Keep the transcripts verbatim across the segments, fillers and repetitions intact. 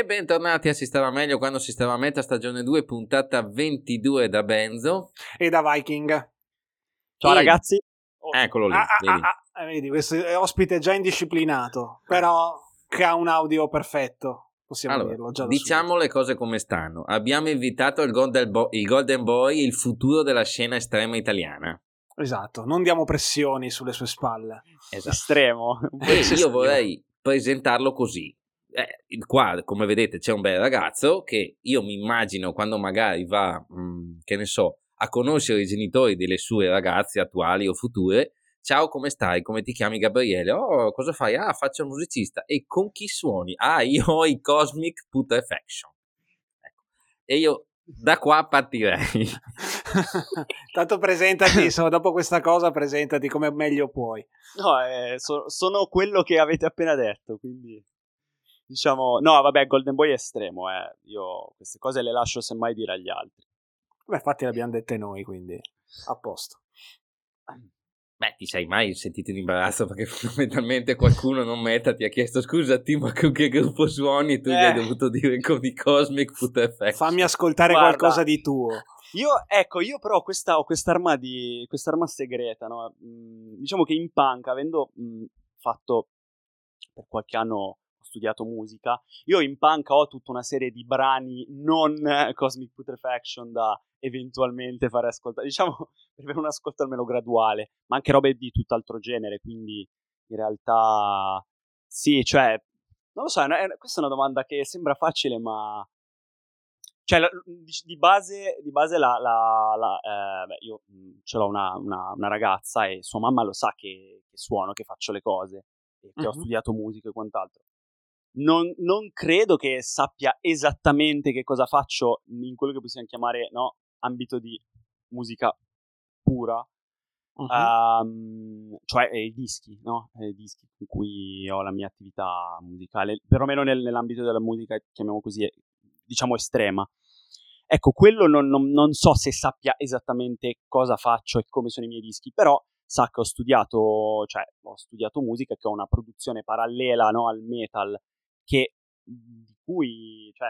bentornati a Si Stava Meglio Quando Si Stava a Metà, stagione due, puntata ventidue da Benzo e da Viking. Ciao e... ragazzi. Oh. Eccolo lì, ah, vedi. Ah, ah, ah, vedi, questo è ospite già indisciplinato, però che ha un audio perfetto, possiamo allora, dirlo già da diciamo subito. le cose come stanno. Abbiamo invitato il Golden, Bo- il Golden Boy, il futuro della scena estrema italiana. Esatto, non diamo pressioni sulle sue spalle. Esatto. Estremo. E io vorrei presentarlo così. Eh, qua, come vedete, c'è un bel ragazzo che io mi immagino quando magari va, mh, che ne so, a conoscere i genitori delle sue ragazze attuali o future. Ciao, come stai? Come ti chiami, Gabriele? Oh, cosa fai? Ah, faccio il musicista. E con chi suoni? Ah, io ho i Cosmic Putrefaction. Ecco. E io da qua partirei. Tanto presentati, insomma, dopo questa cosa presentati come meglio puoi. No, eh, so, sono quello che avete appena detto, quindi diciamo, no, vabbè, Golden Boy è estremo, eh. Io queste cose le lascio semmai dire agli altri. Beh, infatti le abbiamo dette noi, quindi a posto. Beh, ti sei mai sentito in imbarazzo perché fondamentalmente qualcuno non metta ti ha chiesto scusati ma con che gruppo suoni, tu eh. gli hai dovuto dire con i Cosmic Putrefaction. Fammi ascoltare Guarda, qualcosa di tuo. Io, ecco, io però questa, ho quest'arma di quest'arma segreta, no? Mm, diciamo che in punk, avendo mh, fatto per qualche anno ho studiato musica, io in punk ho tutta una serie di brani non Cosmic Putrefaction da eventualmente fare ascoltare, diciamo per avere un ascolto almeno graduale, ma anche robe di tutt'altro genere, quindi in realtà sì, cioè non lo so, è una, è, questa è una domanda che sembra facile, ma cioè la, di, di base, di base la, la, la eh, beh, io mh, ce l'ho una, una, una ragazza e sua mamma lo sa che, che suono, che faccio le cose, e che uh-huh. ho studiato musica e quant'altro. Non, non credo che sappia esattamente che cosa faccio in quello che possiamo chiamare, no, ambito di musica pura, uh-huh. um, cioè eh, i dischi, no? I dischi con cui ho la mia attività musicale, perlomeno nel, nell'ambito della musica, chiamiamo così, diciamo estrema. Ecco, quello non, non, non so se sappia esattamente cosa faccio e come sono i miei dischi, però sa che ho studiato, cioè ho studiato musica, che ho una produzione parallela, no, al metal, che di cui, cioè,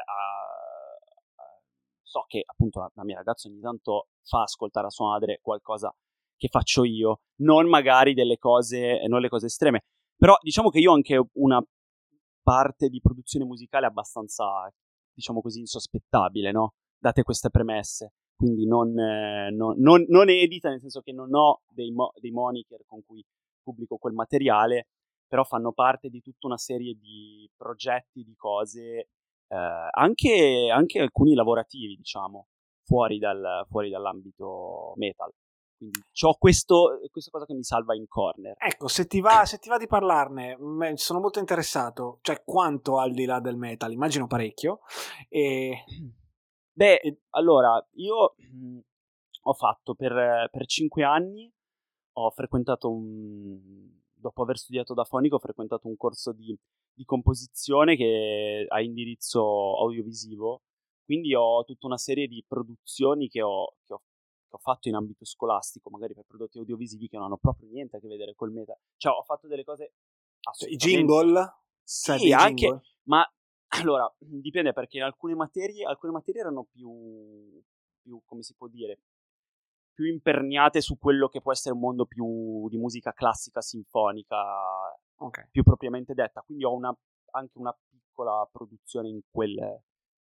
uh, uh, so che appunto la, la mia ragazza ogni tanto fa ascoltare a sua madre qualcosa che faccio io, non magari delle cose, non le cose estreme, però diciamo che io ho anche una parte di produzione musicale abbastanza, diciamo così, insospettabile, no? Date queste premesse, quindi non, eh, non, non, non edita, nel senso che non ho dei, mo- dei moniker con cui pubblico quel materiale, però fanno parte di tutta una serie di progetti, di cose, eh, anche, anche alcuni lavorativi, diciamo, fuori, dal, fuori dall'ambito metal. Quindi ho questo, questa cosa che mi salva in corner. Ecco, se ti va, se ti va di parlarne, me, sono molto interessato. Cioè, quanto al di là del metal? Immagino parecchio. E... Beh, allora, io mh, ho fatto per, per cinque anni, ho frequentato un... dopo aver studiato da fonica, ho frequentato un corso di, di composizione che ha indirizzo audiovisivo, quindi ho tutta una serie di produzioni che ho, che ho ho fatto in ambito scolastico, magari per prodotti audiovisivi che non hanno proprio niente a che vedere col metal. Cioè, ho fatto delle cose assolutamente... I jingle? Sì, cioè, anche... jingle? Ma, allora, dipende, perché alcune materie, alcune materie erano più, più, come si può dire, più imperniate su quello che può essere un mondo più di musica classica, sinfonica, okay. più propriamente detta. Quindi ho una, anche una piccola produzione in quel...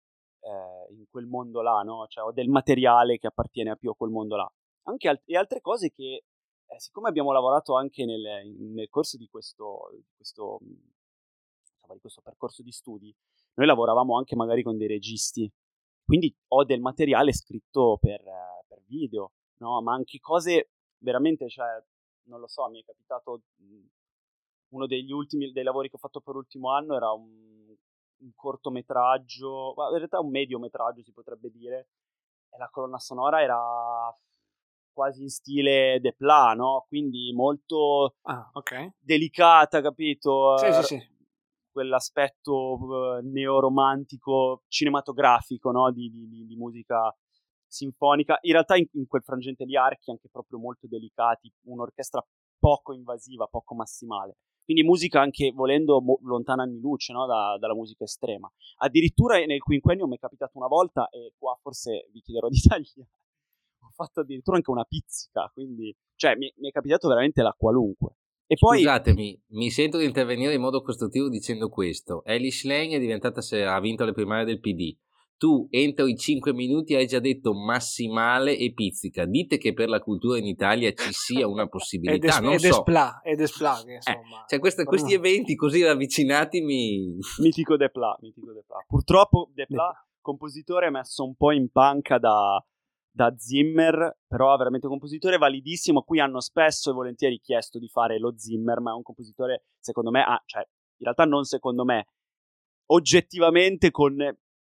Eh, in quel mondo là, no? Cioè ho del materiale che appartiene a più a quel mondo là. Anche alt- e altre cose che, eh, siccome abbiamo lavorato anche nel, nel corso di questo, di questo, insomma, di questo percorso di studi, noi lavoravamo anche magari con dei registi, quindi ho del materiale scritto per, eh, per video, no? Ma anche cose veramente, cioè, non lo so, mi è capitato mh, uno degli ultimi dei lavori che ho fatto per l'ultimo anno era un un cortometraggio, in realtà un mediometraggio si potrebbe dire, e la colonna sonora era quasi in stile de Pla, no? Quindi molto ah, okay. delicata, capito? Sì, sì, sì. Quell'aspetto uh, neoromantico, cinematografico, no? Di, di, di musica sinfonica. In realtà in, in quel frangente di archi anche proprio molto delicati, un'orchestra poco invasiva, poco massimale. quindi musica anche volendo mo- lontana anni luce, no? da, dalla musica estrema. Addirittura nel quinquennio mi è capitato una volta, e qua forse vi chiederò di tagliare, ho fatto addirittura anche una pizzica, quindi cioè mi, mi è capitato veramente la qualunque. E poi Scusatemi, mi sento di intervenire in modo costruttivo dicendo questo. Ellie Schlein è diventata, se ha vinto le primarie del P D. Tu entro i cinque minuti hai già detto massimale e pizzica. Dite che per la cultura in Italia ci sia una possibilità, ed es- non ed so. espla, ed espla, che Eh, insomma. cioè queste- questi eventi così ravvicinati mi... mitico Desplat, mitico Desplat. Purtroppo Desplat, Desplat. compositore messo un po' in panca da, da Zimmer, però veramente un compositore validissimo, a cui hanno spesso e volentieri chiesto di fare lo Zimmer, ma è un compositore, secondo me, ah, cioè, in realtà non secondo me, oggettivamente con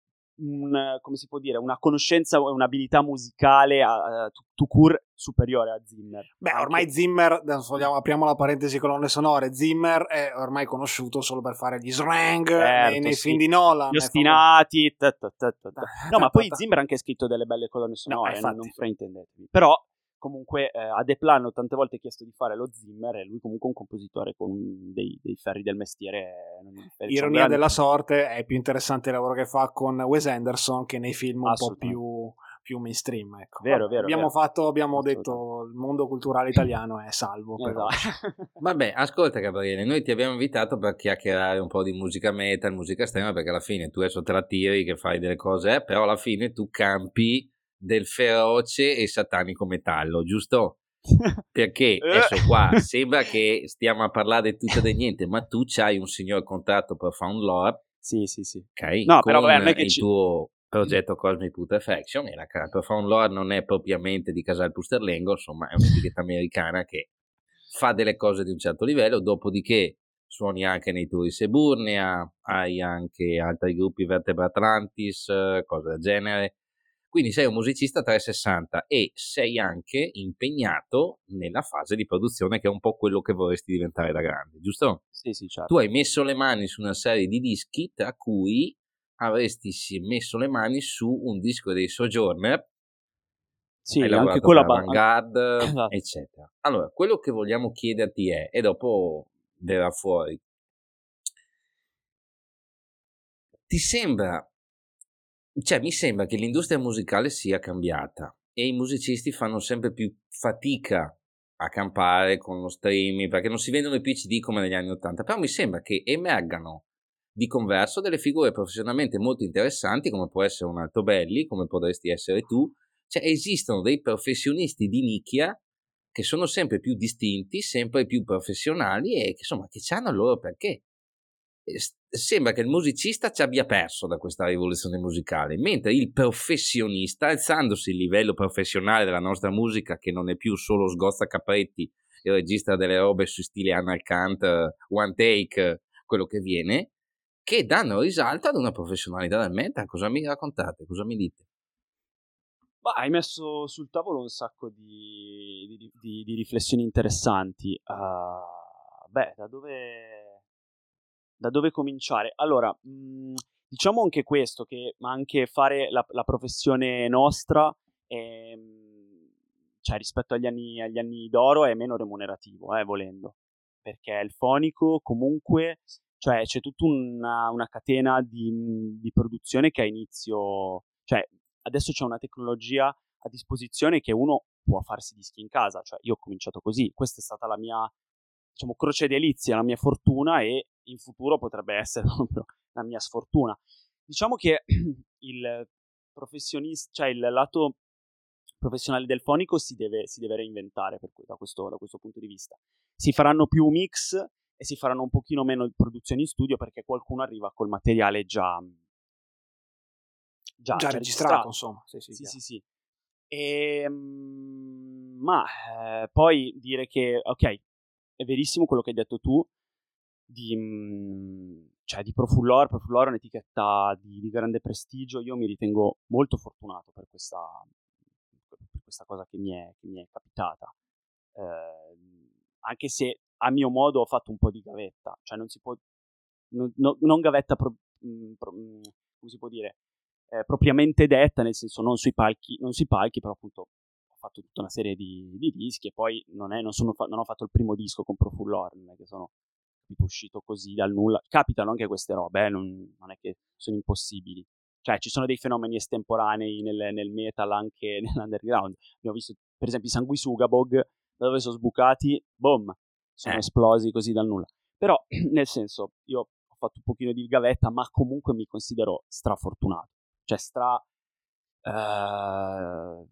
un, come si può dire, una conoscenza e un'abilità musicale a, a, to court superiore a Zimmer. Beh, Anche... ormai Zimmer, adesso vogliamo, apriamo la parentesi colonne sonore, Zimmer è ormai conosciuto solo per fare gli slang certo, nei, nei sì. film di Nolan. Gli ostinati. Ta, ta, ta, ta, ta. No, ma poi ta, ta. Zimmer ha anche scritto delle belle colonne sonore, no, non, non fraintendetevi. Però comunque eh, a Desplat hanno tante volte chiesto di fare lo Zimmer, e lui comunque è un compositore con dei, dei ferri del mestiere. Non Ironia grande... della sorte, è più interessante il lavoro che fa con Wes Anderson che nei film un po' più, più mainstream. Ecco. Vero, Vabbè, vero, abbiamo vero. fatto, abbiamo detto, il mondo culturale italiano è salvo. Però. Esatto. Vabbè, ascolta Gabriele, noi ti abbiamo invitato per chiacchierare un po' di musica metal, musica estrema, perché alla fine tu adesso te la tiri che fai delle cose, eh, però alla fine tu campi del feroce e satanico metallo, giusto? Perché adesso qua sembra che stiamo a parlare di tutto e di niente, ma tu c'hai un signor contratto per Found Lore, sì sì sì, okay, no, con però vabbè, non è che il ci... tuo progetto Cosmic Putrefaction, e la Profound Lore non è propriamente di Casal Pusterlengo, insomma è un'etichetta americana che fa delle cose di un certo livello, dopodiché suoni anche nei tour di Seburnia, hai anche altri gruppi, Vertebra Atlantis, cose del genere. Quindi sei un musicista trecentosessanta e sei anche impegnato nella fase di produzione, che è un po' quello che vorresti diventare da grande, giusto? Sì, sì, certo. Tu hai messo le mani su una serie di dischi, tra cui avresti messo le mani su un disco dei Sojourner, sì, hai anche lavorato quella per Avantgarde, esatto. eccetera. Allora, quello che vogliamo chiederti è, e dopo verrà fuori, ti sembra... Cioè, mi sembra che l'industria musicale sia cambiata e i musicisti fanno sempre più fatica a campare con lo streaming, perché non si vendono più i C D come negli anni ottanta, però mi sembra che emergano di converso delle figure professionalmente molto interessanti, come può essere un Altobelli, come potresti essere tu. Cioè, esistono dei professionisti di nicchia che sono sempre più distinti, sempre più professionali e che, insomma, che hanno il loro perché. Sembra che il musicista ci abbia perso da questa rivoluzione musicale, mentre il professionista, alzandosi il livello professionale della nostra musica, che non è più solo sgozza capretti e registra delle robe su stile Analcant, one take, quello che viene, che danno risalto ad una professionalità del metal. Cosa mi raccontate? Cosa mi dite? Bah, hai messo sul tavolo un sacco di, di, di, di riflessioni interessanti. Uh, beh, da dove... Da dove cominciare? Allora, mh, diciamo anche questo, che anche fare la, la professione nostra, è, cioè rispetto agli anni, agli anni d'oro, è meno remunerativo, eh, volendo. Perché il fonico comunque, cioè c'è tutta una, una catena di, di produzione che ha inizio, cioè adesso c'è una tecnologia a disposizione che uno può farsi dischi in casa, cioè io ho cominciato così, questa è stata la mia, diciamo, croce delizia, la mia fortuna, e in futuro potrebbe essere proprio la mia sfortuna. Diciamo che il professionista, cioè il lato professionale del fonico si deve, si deve reinventare per, da, questo, da questo punto di vista. Si faranno più mix e si faranno un pochino meno produzioni in studio, perché qualcuno arriva col materiale già già, già, già registrato, registrato, insomma. Sì, sì, sì, sì, sì. E, ma eh, poi dire che, ok, è verissimo quello che hai detto tu, di, cioè di Profulor. Profulor è un'etichetta di, di grande prestigio. Io mi ritengo molto fortunato per questa, per questa cosa che mi è, che mi è capitata. Eh, anche se a mio modo ho fatto un po' di gavetta, cioè non si può, non, no, non gavetta, pro, mh, pro, mh, come si può dire, eh, propriamente detta, nel senso non sui palchi, non sui palchi, però appunto ho fatto tutta una serie di, di dischi, e poi non, è, non, sono, non ho fatto il primo disco con Profulor, non è che sono capito, uscito così dal nulla. Capitano anche queste robe, eh, non, non è che sono impossibili. Cioè, ci sono dei fenomeni estemporanei nel, nel metal, anche nell'underground. Abbiamo visto, per esempio, i Sanguisugabog, da dove sono sbucati, boom, sono Eh. esplosi così dal nulla. Però, nel senso, io ho fatto un pochino di gavetta, ma comunque mi considero strafortunato. Cioè, stra... Eh,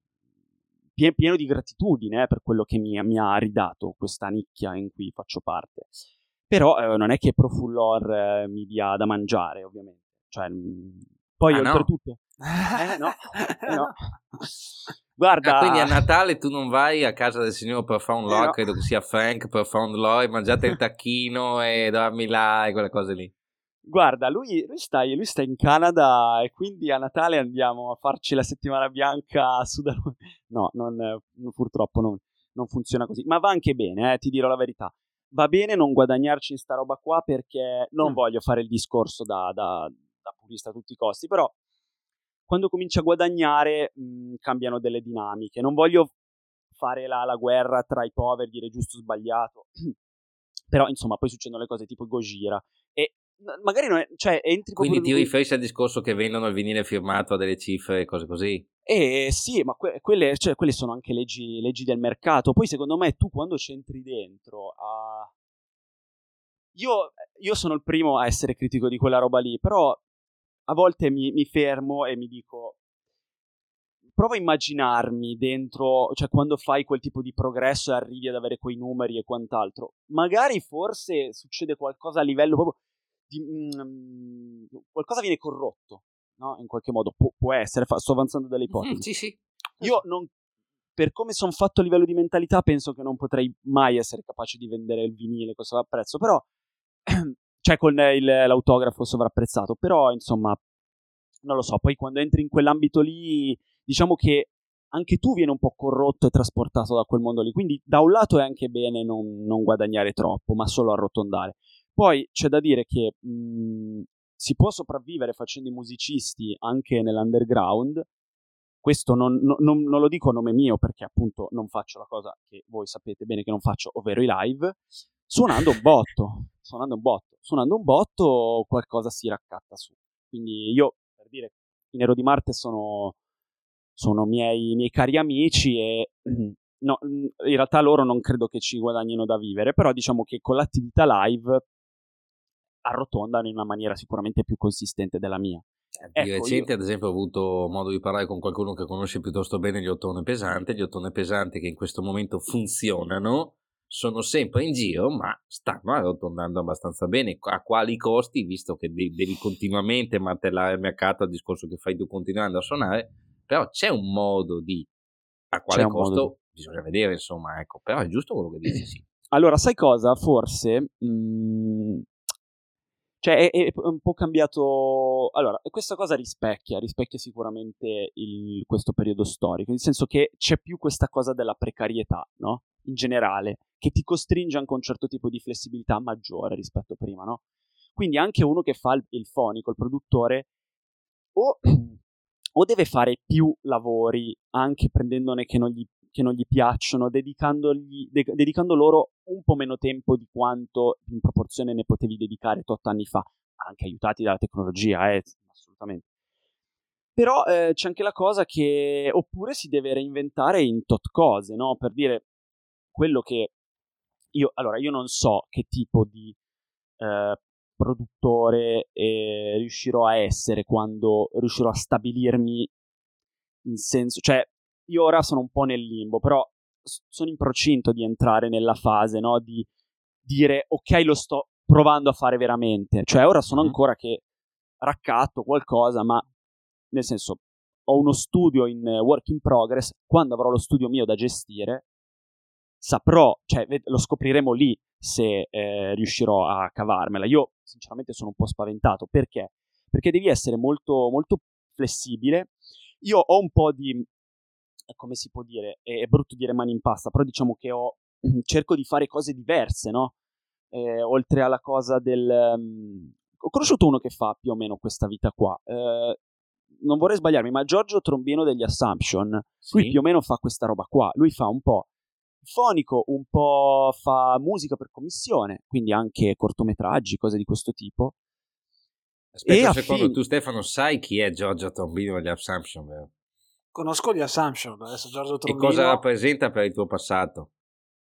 pieno di gratitudine eh, per quello che mi, mi ha ridato questa nicchia in cui faccio parte. Però eh, non è che Profullor eh, mi dia da mangiare, ovviamente. Cioè, mh, poi Ah, oltretutto... No. Eh no, eh no. Guarda... Ah, quindi a Natale tu non vai a casa del signor Profound Lore, Eh no. credo che sia Frank Profound Lore, mangiate il tacchino e dormi là e quelle cose lì. Guarda, lui, lui, sta, lui sta in Canada e quindi a Natale andiamo a farci la settimana bianca su da noi. No, non, eh, purtroppo non, non funziona così. Ma va anche bene, eh, ti dirò la verità. Va bene non guadagnarci in sta roba qua perché non Mm. voglio fare il discorso da, da, da purista a tutti i costi, però quando cominci a guadagnare mh, cambiano delle dinamiche. Non voglio fare la, la guerra tra i poveri, dire giusto o sbagliato. Però insomma poi succedono le cose tipo Gojira e magari non è, cioè entri Quindi proprio ti riferisci al discorso che vendono il vinile firmato a delle cifre e cose così? Eh sì, ma que- quelle, cioè, quelle sono anche leggi, leggi del mercato. Poi secondo me tu quando c'entri dentro a... Io, io sono il primo a essere critico di quella roba lì, però a volte mi, mi fermo e mi dico... Prova a immaginarmi dentro, cioè quando fai quel tipo di progresso e arrivi ad avere quei numeri e quant'altro. Magari forse succede qualcosa a livello proprio di... Mm, qualcosa viene corrotto, no? In qualche modo. Pu- può essere, fa- sto avanzando delle ipotesi. Mm, sì, sì. Io non... Per come sono fatto a livello di mentalità, penso che non potrei mai essere capace di vendere il vinile con sovrapprezzo, però... cioè con il, l'autografo sovrapprezzato, però insomma... Non lo so, poi quando entri in quell'ambito lì, diciamo che anche tu vieni un po' corrotto e trasportato da quel mondo lì. Quindi da un lato è anche bene non, non guadagnare troppo, ma solo arrotondare. Poi c'è da dire che mh, si può sopravvivere facendo i musicisti anche nell'underground. Questo non, non, non, non lo dico a nome mio perché appunto non faccio la cosa che voi sapete bene che non faccio, ovvero i live, suonando un botto, suonando un botto, suonando un botto qualcosa si raccatta su. Quindi io, per dire, i Nero di Marte sono, sono miei, miei cari amici e no, in realtà loro non credo che ci guadagnino da vivere, però diciamo che con l'attività live arrotondano in una maniera sicuramente più consistente della mia. Di Ecco, recente, io... ad esempio, ho avuto modo di parlare con qualcuno che conosce piuttosto bene gli ottone pesante. Gli ottone pesanti che in questo momento funzionano, sono sempre in giro, ma stanno arrotondando abbastanza bene. A quali costi, visto che devi continuamente martellare il mercato al discorso che fai tu continuando a suonare, però c'è un modo di... A quale costo? Di... Bisogna vedere, insomma, ecco. Però è giusto quello che dici, sì. Allora, sai cosa? Forse... Mh... Cioè, è, è un po' cambiato... Allora, questa cosa rispecchia, rispecchia sicuramente il, questo periodo storico, nel senso che c'è più questa cosa della precarietà, no? In generale, che ti costringe anche a un certo tipo di flessibilità maggiore rispetto a prima, no? Quindi anche uno che fa il, il fonico, il produttore, o, o deve fare più lavori, anche prendendone che non gli che non gli piacciono, dedicandogli, de- dedicando loro un po' meno tempo di quanto in proporzione ne potevi dedicare tot anni fa, anche aiutati dalla tecnologia, eh, assolutamente. Però eh, c'è anche la cosa che oppure si deve reinventare in tot cose, no? Per dire quello che io, allora io non so che tipo di eh, produttore eh, riuscirò a essere quando riuscirò a stabilirmi in senso, cioè io ora sono un po' nel limbo, però sono in procinto di entrare nella fase, no? Di dire, ok, lo sto provando a fare veramente. Cioè, ora sono Mm-hmm. ancora che raccatto qualcosa, ma nel senso, ho uno studio in work in progress. Quando avrò lo studio mio da gestire, saprò, cioè, lo scopriremo lì se eh, riuscirò a cavarmela. Io, sinceramente, sono un po' spaventato. Perché? Perché devi essere molto, molto flessibile. Io ho un po' di... come si può dire, è brutto dire mani in pasta, però diciamo che ho, cerco di fare cose diverse, no? Eh, oltre alla cosa del... Um, ho conosciuto uno che fa più o meno questa vita qua, eh, non vorrei sbagliarmi, ma Giorgio Trombino degli Assumption, Sì. lui più o meno fa questa roba qua, lui fa un po' sinfonico, un po' fa musica per commissione, quindi anche cortometraggi, cose di questo tipo. Aspetta e un secondo, affini- tu Stefano sai chi è Giorgio Trombino degli Assumption, vero? Conosco gli Assumption, adesso Giorgio E Trombino. cosa rappresenta per il tuo passato?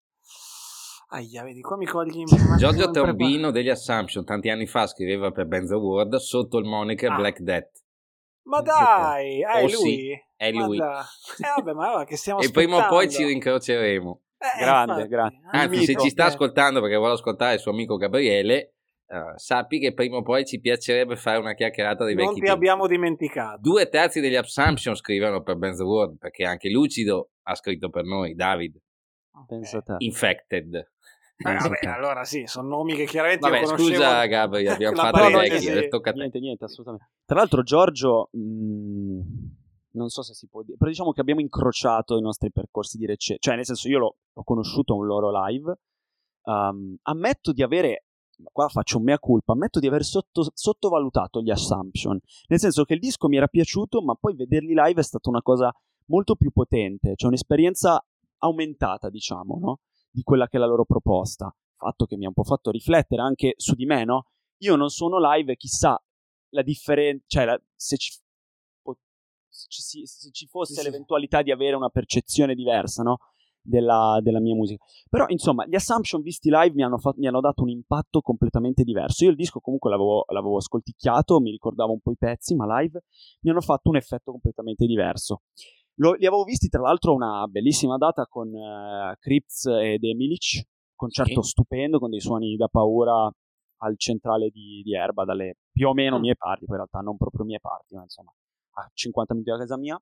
Aia, vedi, qua mi cogli un attimo Giorgio impreparato. Trombino degli Assumption tanti anni fa scriveva per Benzo World sotto il moniker Ah. Black Death. Ma Non so te. dai, ah, è Oh lui? sì, è Ma lui. dai. Eh vabbè, ma allora che stiamo E aspettando? prima o poi ci rincroceremo. Eh, Grande, infatti. grande. Ah, Anzi, se mito. ci sta ok. ascoltando perché vuole ascoltare il suo amico Gabriele, eh, sappi che prima o poi ci piacerebbe fare una chiacchierata dei Non vecchi ti tempi. abbiamo dimenticato. Due terzi degli Assumption scrivono per Benzo World, perché anche Lucido ha scritto per noi, David. Pensa te. Infected. Eh, Pensa vabbè, te. allora sì, sono nomi che chiaramente Vabbè, io conoscevo. scusa Gabriele, abbiamo La fatto No, i no, vecchi, parentesi. adesso tocca a te. niente, niente, assolutamente. Tra l'altro Giorgio, mh, non so se si può dire, però diciamo che abbiamo incrociato i nostri percorsi di recente, cioè nel senso io l'ho, l'ho conosciuto a un loro live, um, ammetto di avere, qua faccio un mea culpa, ammetto di aver sotto, sottovalutato gli Assumption, nel senso che il disco mi era piaciuto, ma poi vederli live è stata una cosa molto più potente, cioè un'esperienza aumentata, diciamo, no? Di quella che è la loro proposta, fatto che mi ha un po' fatto riflettere anche su di me, no? Io non suono live, chissà la differenza, cioè la, se, ci, se, ci, se ci fosse Sì, sì. l'eventualità di avere una percezione diversa, no? Della, della mia musica. Però insomma gli Assumption visti live mi hanno, fatto, mi hanno dato un impatto completamente diverso. Io il disco comunque l'avevo, l'avevo ascolticchiato, mi ricordavo un po' i pezzi, ma live mi hanno fatto un effetto completamente diverso. Lo, li avevo visti tra l'altro a una bellissima data con uh, Crypts ed Emilic, concerto Sì. stupendo con dei suoni da paura al centrale di, di Erba, dalle più o meno Mm. mie parti, poi in realtà non proprio mie parti, ma insomma a cinquanta minuti da casa mia,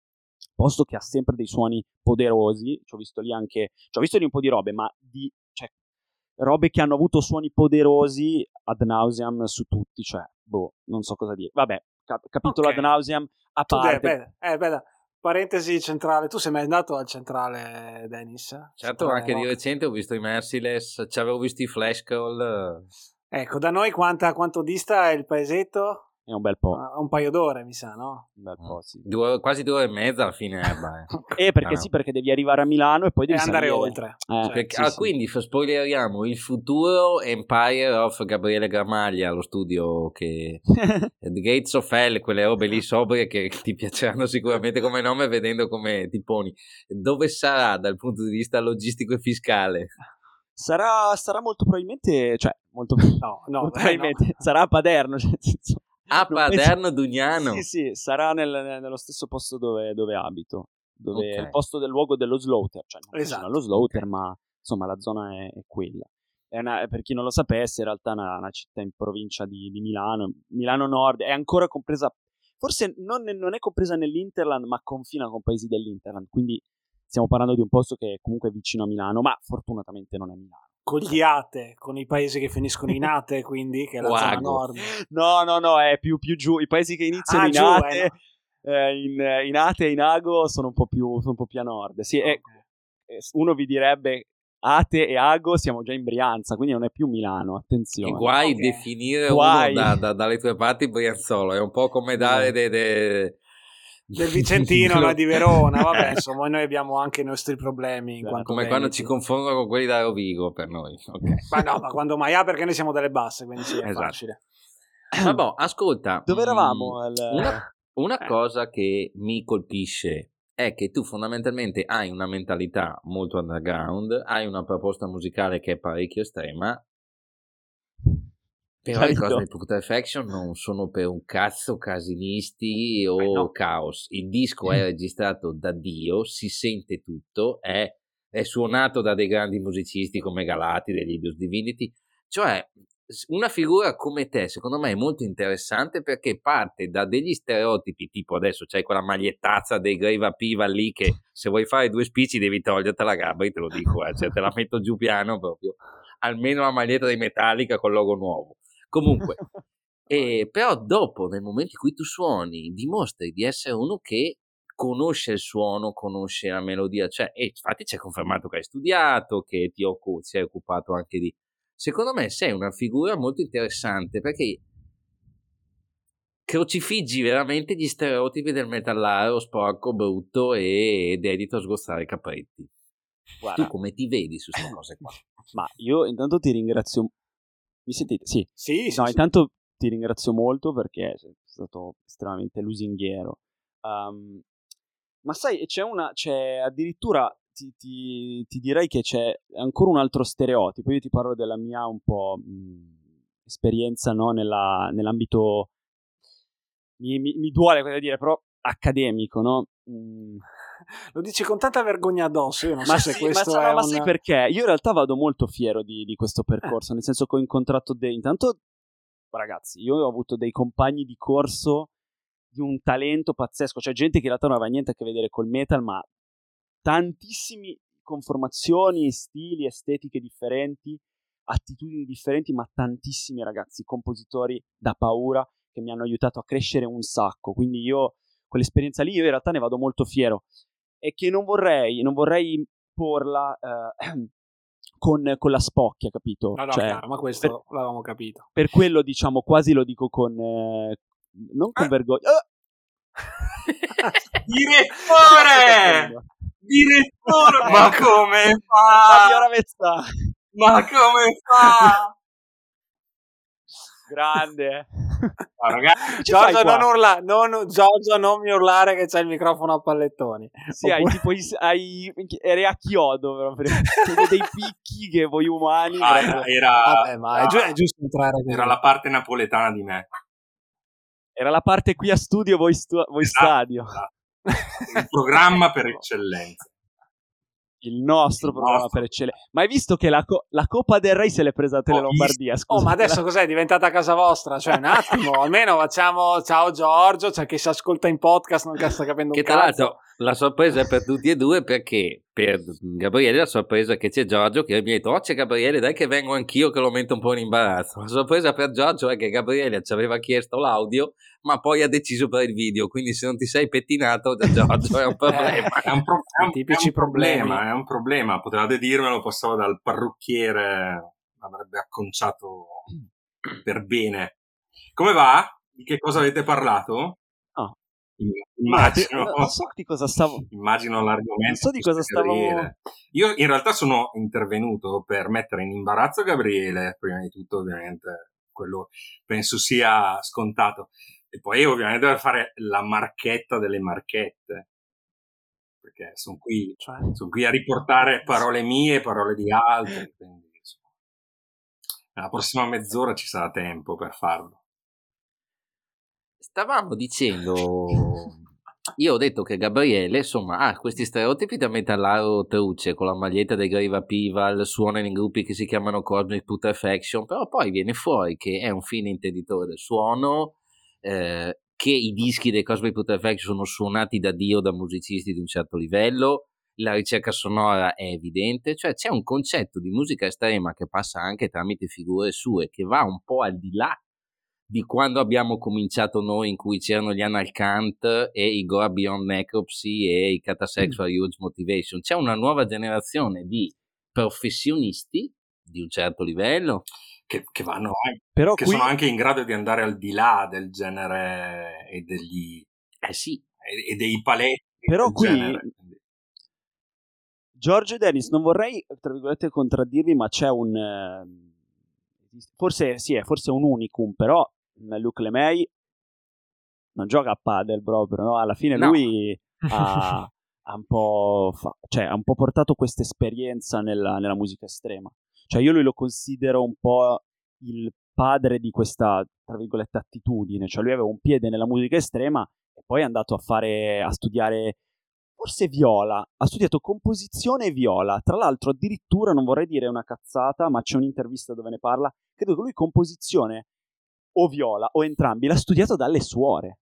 posto che ha sempre dei suoni poderosi. Ci ho visto lì anche, ci ho visto lì un po' di robe, ma di, cioè, robe che hanno avuto suoni poderosi ad nauseam su tutti, cioè, boh, non so cosa dire. Vabbè, cap- capitolo Ok. ad nauseam a Tu de- parte. beh, eh, beh, parentesi centrale, tu sei mai andato al centrale, Dennis? Certo, Centrale anche di rock. recente ho visto i Merciless, ci avevo visto i Flash Call. Ecco, da noi quanta, quanto dista è il paesetto? È un bel po', Ah, un paio d'ore, mi sa, no? un bel po', sì. Due, quasi due ore e mezza alla fine Erba. Eh. E perché Ah, sì, no. perché devi arrivare a Milano e poi E devi andare salire. oltre. Eh, Cioè, Perché- sì, ah, sì. quindi f- spoileriamo il futuro Empire of Gabriele Gramaglia, lo studio che The Gates of Hell, quelle robe lì sobrie che ti piaceranno sicuramente come nome vedendo come ti poni. Dove sarà dal punto di vista logistico e fiscale? Sarà, sarà molto probabilmente, cioè, molto, No, no, molto eh, probabilmente no. sarà a Paderno. Cioè, nel senso, A non penso- Paderno Dugnano. Sì, sì, sarà nel- nello stesso posto dove, dove abito, dove è Ok. il posto del luogo dello slaughter, cioè non Esatto, vicino allo slaughter, ok. ma insomma la zona è, è quella. È una- per chi non lo sapesse, in realtà è una, una città in provincia di, di Milano, Milano Nord, è ancora compresa, forse non, non è compresa nell'Interland, ma confina con paesi dell'Interland, quindi stiamo parlando di un posto che è comunque vicino a Milano, ma fortunatamente non è Milano. Con gli Ate, con i paesi che finiscono in Ate, quindi, che è la zona Uago. nord. No, no, no, è più, più giù. I paesi che iniziano Ah, in giù, Ate, eh, no. eh, in, in Ate e in Ago sono un po' più, sono un po' più a nord. Sì, Ok. ecco, eh, uno vi direbbe Ate e Ago siamo già in Brianza, quindi non è più Milano, E attenzione. guai Ok. definire Guai. uno da, da- dalle tue parti Brianzolo, è un po' come dare No. de, de- Del Vicentino, noi di Verona, vabbè, insomma, noi abbiamo anche i nostri problemi in Beh, quanto come quando veneti. ci confondono con quelli da Rovigo per noi. Ok. Ma no, ma quando mai ha, perché noi siamo delle basse, quindi sì, è Esatto. facile. Vabbè, ascolta. Dove mm, eravamo? Al- Una, una Eh. cosa che mi colpisce è che tu fondamentalmente hai una mentalità molto underground, hai una proposta musicale che è parecchio estrema, però le Capito? cose del Putrefaction non sono per un cazzo casinisti o Eh, no. caos. Il disco è registrato da Dio, si sente tutto, è, è suonato da dei grandi musicisti come Galati, degli Libius Divinity, cioè una figura come te secondo me è molto interessante perché parte da degli stereotipi, tipo adesso c'hai quella magliettazza dei Greva Piva lì che se vuoi fare due spicci devi togliertela, Gabri, te lo dico, eh, cioè te la metto giù piano proprio, almeno la maglietta di Metallica col logo nuovo. Comunque, eh, però dopo, nel momento in cui tu suoni, dimostri di essere uno che conosce il suono, conosce la melodia, cioè, e infatti ci è confermato che hai studiato, che ti occu- ti sei occupato anche di... Secondo me sei una figura molto interessante perché crocifiggi veramente gli stereotipi del metallaro sporco, brutto e dedito a sgozzare i capretti. Guarda, tu come ti vedi su queste cose qua? Ma io intanto ti ringrazio. Mi sentite? Sì. Sì, sì, No, sì. intanto ti ringrazio molto perché sei stato estremamente lusinghiero. Um, ma sai, c'è una, c'è addirittura, ti, ti, ti direi che c'è ancora un altro stereotipo. Io ti parlo della mia un po' mh, esperienza, no, nella, nell'ambito, mi, mi, mi duole cosa dire, però accademico, no? Mm. Lo dici con tanta vergogna addosso, io non Ma so se sì, questo ma, è no, ma un... sai perché? Io in realtà vado molto fiero di, di questo percorso, Eh. nel senso che ho incontrato dei... Intanto, ragazzi, io ho avuto dei compagni di corso di un talento pazzesco, cioè gente che in realtà non aveva niente a che vedere col metal, ma tantissimi conformazioni, stili, estetiche differenti, attitudini differenti, ma tantissimi ragazzi, compositori da paura, che mi hanno aiutato a crescere un sacco. Quindi io, quell'esperienza lì, io in realtà ne vado molto fiero. E che non vorrei, non vorrei porla eh, con, con la spocchia, capito? No, no, cioè, chiaro, ma questo per, l'avevamo capito. Per quello, diciamo, quasi lo dico con... Eh, non con Ah. vergogna... Oh! Direttore! Direttore! Ma come fa? Fabio Ravezza! Ma come fa? Grande! No, ragazzi, Giorgio non, urla, non, Giorgio non mi urlare che c'è il microfono a pallettoni. Sì, Oppure... hai tipo i, hai, eri a chiodo proprio. Dei picchi che voi umani ah, proprio... era, Vabbè, ma era, è, gi- è giusto entrare così. Era la parte napoletana di me. Era la parte qui a studio, voi, stu- voi esatto, stadio. Esatto. Un programma per eccellenza. Il nostro il programma nostro. per eccellenza. Ma hai visto che la, co- la Coppa del Re se l'è presa a Tele Lombardia? Oh, ma adesso cos'è? È diventata casa vostra? Cioè, un attimo, almeno facciamo ciao Giorgio, c'è chi si ascolta in podcast non sta capendo che un tra cazzo. l'altro la sorpresa è per tutti e due, perché per Gabriele la sorpresa è che c'è Giorgio che mi ha detto: oh, c'è Gabriele, dai che vengo anch'io che lo metto un po' in imbarazzo. La sorpresa per Giorgio è che Gabriele ci aveva chiesto l'audio ma poi ha deciso per il video, quindi se non ti sei pettinato da Giorgio è un problema. è un, pro- è un, tipici è un problema problemi. è un problema, potevate dirmelo, passavo dal parrucchiere, avrebbe acconciato per bene. Come va? Di che cosa avete parlato? Oh. Immagino, no, non so di cosa stavo immagino l'argomento. Non so di cosa stavamo. Io in realtà sono intervenuto per mettere in imbarazzo Gabriele, prima di tutto, ovviamente, quello penso sia scontato, e poi ovviamente per fare la marchetta delle marchette, perché sono qui, cioè? sono qui a riportare parole mie, parole di altri, quindi insomma, nella prossima mezz'ora ci sarà tempo per farlo. Stavamo dicendo, io ho detto che Gabriele, insomma, ha questi stereotipi da metallaro truce con la maglietta dei Grave Upheaval, suona in gruppi che si chiamano Cosmic Putrefaction, però poi viene fuori che è un fine intenditore del suono, eh, che i dischi dei Cosmic Putrefaction sono suonati da Dio, da musicisti di un certo livello, la ricerca sonora è evidente, cioè c'è un concetto di musica estrema che passa anche tramite figure sue, che va un po' al di là di quando abbiamo cominciato noi, in cui c'erano gli Analcant e i Go Beyond Necropsy e i Catasexual mm. Huge Motivation. C'è una nuova generazione di professionisti di un certo livello che, che vanno anche, Però che qui... sono anche in grado di andare al di là del genere e degli eh sì e, e dei paletti però del qui genere. Giorgio e Dennis, non vorrei tra virgolette contraddirvi, ma c'è un eh, forse sì, è forse un unicum, però Luc Lemay non gioca a padel proprio, no? Alla fine no. lui ha, ha un po' fa, cioè ha un po' portato questa esperienza nella, nella musica estrema. Cioè io lui lo considero un po' il padre di questa, tra virgolette, attitudine. Cioè lui aveva un piede nella musica estrema e poi è andato a fare, a studiare forse viola, ha studiato composizione e viola. Tra l'altro addirittura, non vorrei dire una cazzata, ma c'è un'intervista dove ne parla, credo che lui composizione o viola o entrambi l'ha studiato dalle suore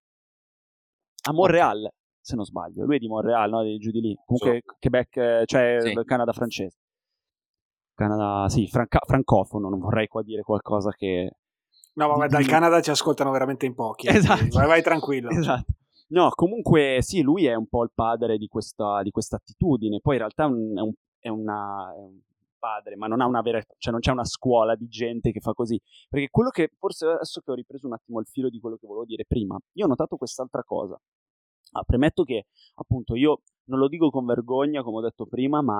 a Montréal, okay. Se non sbaglio. Lui è di Montréal, no? Di giù di lì. Comunque so. Quebec, cioè sì. Canada francese. Canada, sì, franca- francofono, non vorrei qua dire qualcosa che... No, vabbè, dal Canada ci ascoltano veramente in pochi. Esatto. Vai, vai tranquillo. Esatto. No, comunque sì, lui è un po' il padre di questa, di questa attitudine. Poi in realtà è, un, è, un, è, una, è un padre, ma non ha una vera, cioè non c'è una scuola di gente che fa così. Perché quello che, forse adesso che ho ripreso un attimo il filo di quello che volevo dire prima, io ho notato quest'altra cosa. Ah, premetto che appunto io non lo dico con vergogna, come ho detto prima, ma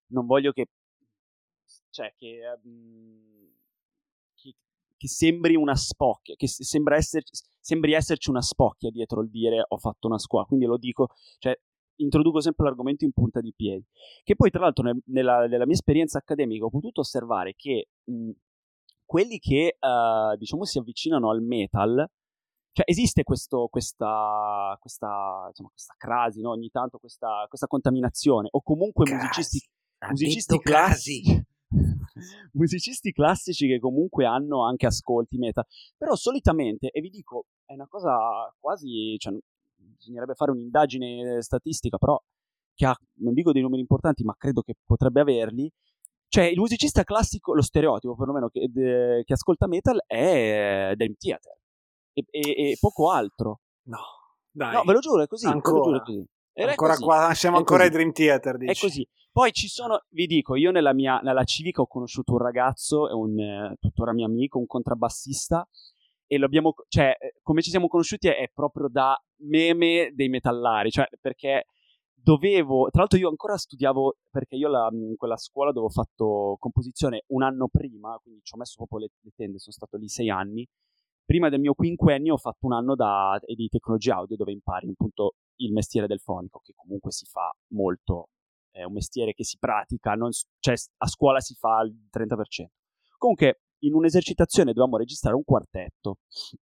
non voglio che cioè che, um, che, che sembri una spocchia, che sembra esserci, sembri esserci una spocchia dietro il dire ho fatto una scuola, quindi lo dico, cioè introduco sempre l'argomento in punta di piedi, che poi tra l'altro nel, nella, nella mia esperienza accademica ho potuto osservare che mh, quelli che uh, diciamo si avvicinano al metal, cioè esiste questo, questa, questa, insomma, questa crasi, no? Ogni tanto questa, questa contaminazione, o comunque Crasi. musicisti, Ha musicisti detto crasi. classici musicisti classici che comunque hanno anche ascolti metal, però solitamente, e vi dico, è una cosa quasi, cioè, bisognerebbe fare un'indagine statistica, però che ha, non dico dei numeri importanti, ma credo che potrebbe averli. Cioè il musicista classico, lo stereotipo perlomeno che, de, che ascolta metal è Dream Theater e, e, e poco altro. No, dai. No, ve lo giuro, è così. Ancora, ve lo giuro, è così. Ed ancora è così. qua, siamo è ancora così. ai Dream Theater, dici. È così. Poi ci sono, vi dico, io nella mia nella civica ho conosciuto un ragazzo, è un eh, tuttora mio amico, un contrabbassista, e lo abbiamo, cioè, come ci siamo conosciuti è, è proprio da meme dei metallari, cioè, perché dovevo, tra l'altro io ancora studiavo, perché io la, in quella scuola dove ho fatto composizione un anno prima, quindi ci ho messo proprio le, le tende, sono stato lì sei anni, prima del mio quinquennio ho fatto un anno da, di tecnologia audio dove impari appunto il mestiere del fonico, che comunque si fa molto, è un mestiere che si pratica, non, cioè a scuola si fa il trenta per cento. Comunque in un'esercitazione dovevamo registrare un quartetto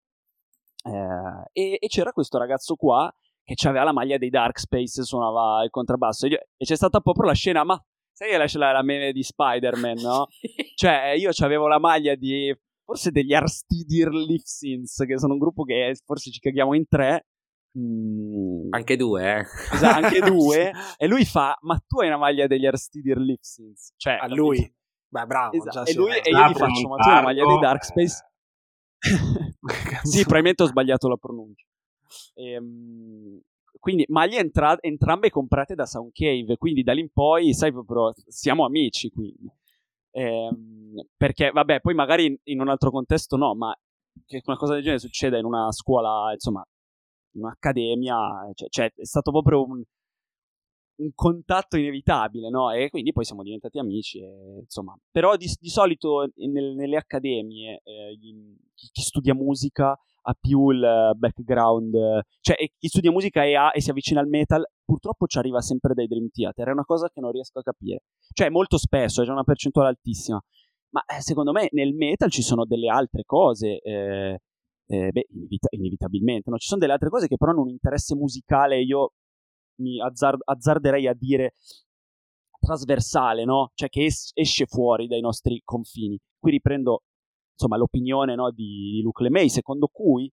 eh, e, e c'era questo ragazzo qua che aveva la maglia dei Dark Space, suonava il contrabbasso, e, io, e c'è stata proprio la scena, ma sai che la, la meme di Spider-Man, no? Cioè io avevo la maglia di forse degli Arstidir Lifsins, che sono un gruppo che forse ci caghiamo in tre. Mm. Anche due, eh? Esatto, anche due. E lui fa, ma tu hai una maglia degli Arstidir Lifsins? Cioè, a lui, beh bravo. Esatto. Già e, sì, lui, eh. e io gli faccio, ma tu hai una maglia dei Dark Space? Sì, probabilmente ho sbagliato la pronuncia. Ehm, quindi maglie entra- entrambe comprate da Soundcave, quindi da lì in poi, sai, proprio siamo amici, quindi. Ehm, perché, vabbè, poi magari in, in un altro contesto no, ma che una cosa del genere succeda in una scuola, insomma, in un'accademia, cioè, cioè è stato proprio un, un contatto inevitabile, no? E quindi poi siamo diventati amici, e, insomma. Però di, di solito nel, nelle accademie eh, chi, chi studia musica ha più il background, cioè chi studia musica e, ha, e si avvicina al metal purtroppo ci arriva sempre dai Dream Theater, è una cosa che non riesco a capire, cioè molto spesso, è già una percentuale altissima, ma eh, secondo me nel metal ci sono delle altre cose, eh, eh, beh, inevita- inevitabilmente, no? Ci sono delle altre cose che però hanno un interesse musicale, io mi azzard- azzarderei a dire trasversale, no? Cioè che es- esce fuori dai nostri confini. Qui riprendo insomma l'opinione, no, di, di Luc Lemay, secondo cui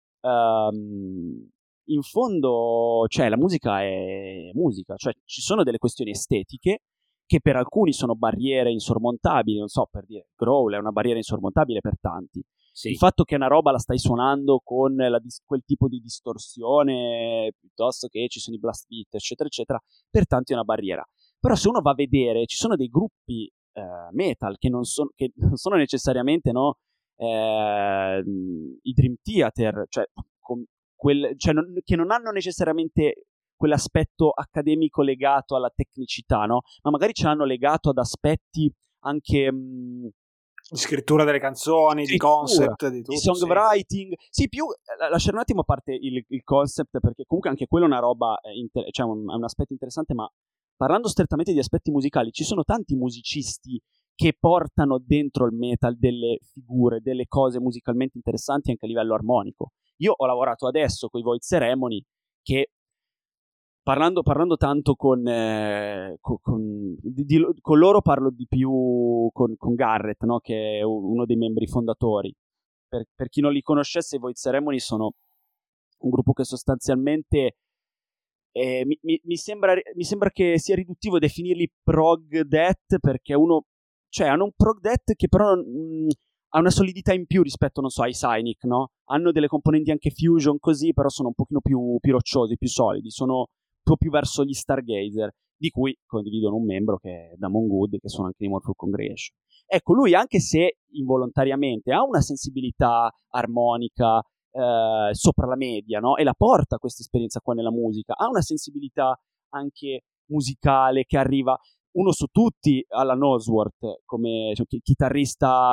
um, in fondo, cioè, la musica è musica, cioè ci sono delle questioni estetiche che per alcuni sono barriere insormontabili, non so, per dire, growl è una barriera insormontabile per tanti. Sì. Il fatto che una roba la stai suonando con la, quel tipo di distorsione, piuttosto che ci sono i blast beat, eccetera, eccetera, per tanti è una barriera. Però se uno va a vedere, ci sono dei gruppi Uh, metal che non, son, che non sono necessariamente, no, eh, i Dream Theater, cioè, con quel, cioè non, che non hanno necessariamente quell'aspetto accademico legato alla tecnicità, no? Ma magari ce l'hanno legato ad aspetti anche mh, di scrittura delle canzoni, di concept, di tutto, di songwriting. Sì, sì più lasciare un attimo a parte il, il concept, perché comunque anche quello è una roba, inter- cioè un, è un aspetto interessante, ma parlando strettamente di aspetti musicali, ci sono tanti musicisti che portano dentro il metal delle figure, delle cose musicalmente interessanti anche a livello armonico. Io ho lavorato adesso con i Void Ceremony, che parlando, parlando tanto con, eh, con, con, di, di, con loro parlo di più con, con Garrett, no? Che è uno dei membri fondatori. Per, per chi non li conoscesse, i Void Ceremony sono un gruppo che sostanzialmente Eh, mi, mi, mi, sembra, mi sembra che sia riduttivo definirli prog death, perché uno, cioè hanno un prog death che però mh, ha una solidità in più rispetto, non so, ai Cynic, no? Hanno delle componenti anche fusion così, però sono un pochino più, più rocciosi, più solidi, sono un po' più verso gli Stargazer, di cui condividono un membro che è Damon Good, che suona anche di Morphle Congregation. Ecco, lui, anche se involontariamente ha una sensibilità armonica Eh, sopra la media, no? E la porta questa esperienza qua nella musica, ha una sensibilità anche musicale che arriva, uno su tutti, Alan Osworth, come cioè, chi- chitarrista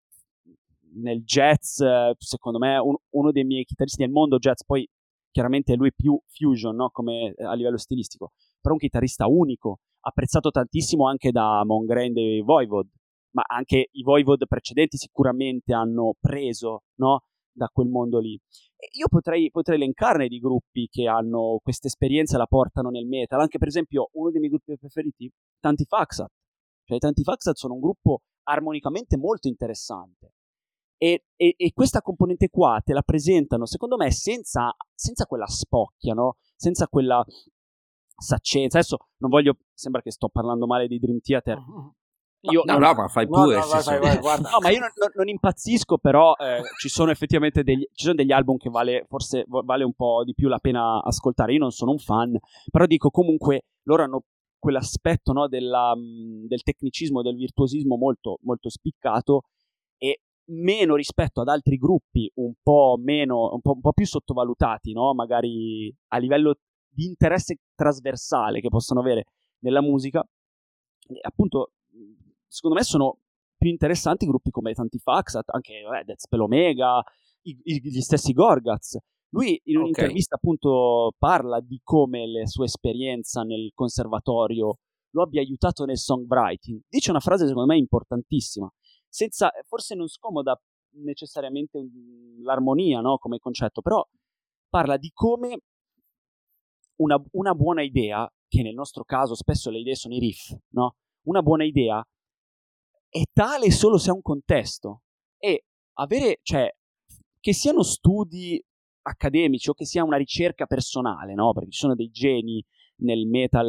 nel jazz, eh, secondo me un- uno dei miei chitarristi nel mondo jazz, poi chiaramente lui più fusion, no? Come eh, a livello stilistico, però un chitarrista unico, apprezzato tantissimo anche da Mongrain e Voivod, ma anche i Voivod precedenti sicuramente hanno preso, no? Da quel mondo lì. E io potrei, potrei elencarne di gruppi che hanno questa esperienza e la portano nel metal, anche per esempio uno dei miei gruppi preferiti, Tantifaxat. Cioè i Tantifaxat sono un gruppo armonicamente molto interessante. E, e, e questa componente qua te la presentano, secondo me, senza, senza quella spocchia, no? Senza quella saccenza. Adesso non voglio, sembra che sto parlando male di Dream Theater. Io no, non, no, ma fai No, pure. no, se vai, sono- vai, vai, guarda. no, ma io non, non- non impazzisco, però eh, ci sono effettivamente degli, ci sono degli album che vale, forse vo- vale un po' di più la pena ascoltare. Io non sono un fan, però dico comunque loro hanno quell'aspetto, no, della, mh, del tecnicismo, del virtuosismo molto, molto spiccato, e meno rispetto ad altri gruppi un po' meno, un po', un po' più sottovalutati, no? Magari a livello di interesse trasversale che possono avere nella musica. E appunto, secondo me sono più interessanti gruppi come Tantifaxat, anche eh, Deathspell Omega, i- i- gli stessi Gorguts. Lui in Ok. un'intervista appunto parla di come la sua esperienza nel conservatorio lo abbia aiutato nel songwriting. Dice una frase secondo me importantissima, senza, forse non scomoda necessariamente un- l'armonia, no, come concetto, però parla di come una, una buona idea, che nel nostro caso spesso le idee sono i riff, no? Una buona idea è tale solo se ha un contesto, e avere, cioè, che siano studi accademici o che sia una ricerca personale, no? Perché ci sono dei geni nel metal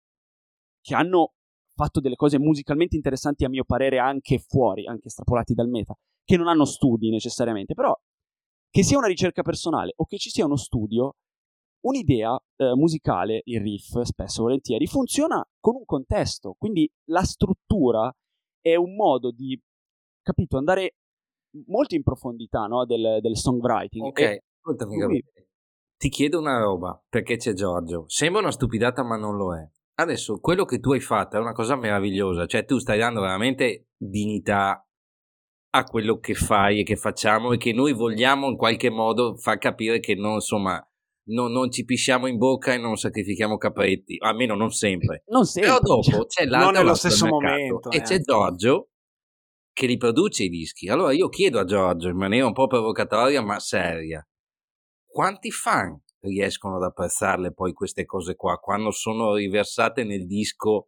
che hanno fatto delle cose musicalmente interessanti, a mio parere, anche fuori, anche estrapolati dal metal, che non hanno studi necessariamente, però che sia una ricerca personale o che ci sia uno studio, un'idea eh, musicale, il riff, spesso e volentieri, funziona con un contesto, quindi la struttura è un modo di, capito, andare molto in profondità, no, del, del songwriting. Ok, E ascoltami, lui- Gabriele. Ti chiedo una roba, perché c'è Giorgio. Sembra una stupidata, ma non lo è. Adesso, quello che tu hai fatto è una cosa meravigliosa. Cioè, tu stai dando veramente dignità a quello che fai e che facciamo, e che noi vogliamo in qualche modo far capire che non, insomma, non, non ci pisciamo in bocca e non sacrifichiamo capretti, almeno non sempre. non Però sempre, dopo c'è Non l'altro nello lato del stesso mercato, momento, e eh. c'è Giorgio che li produce i dischi. Allora io chiedo a Giorgio, in maniera un po' provocatoria ma seria, quanti fan riescono ad apprezzarle poi queste cose qua quando sono riversate nel disco,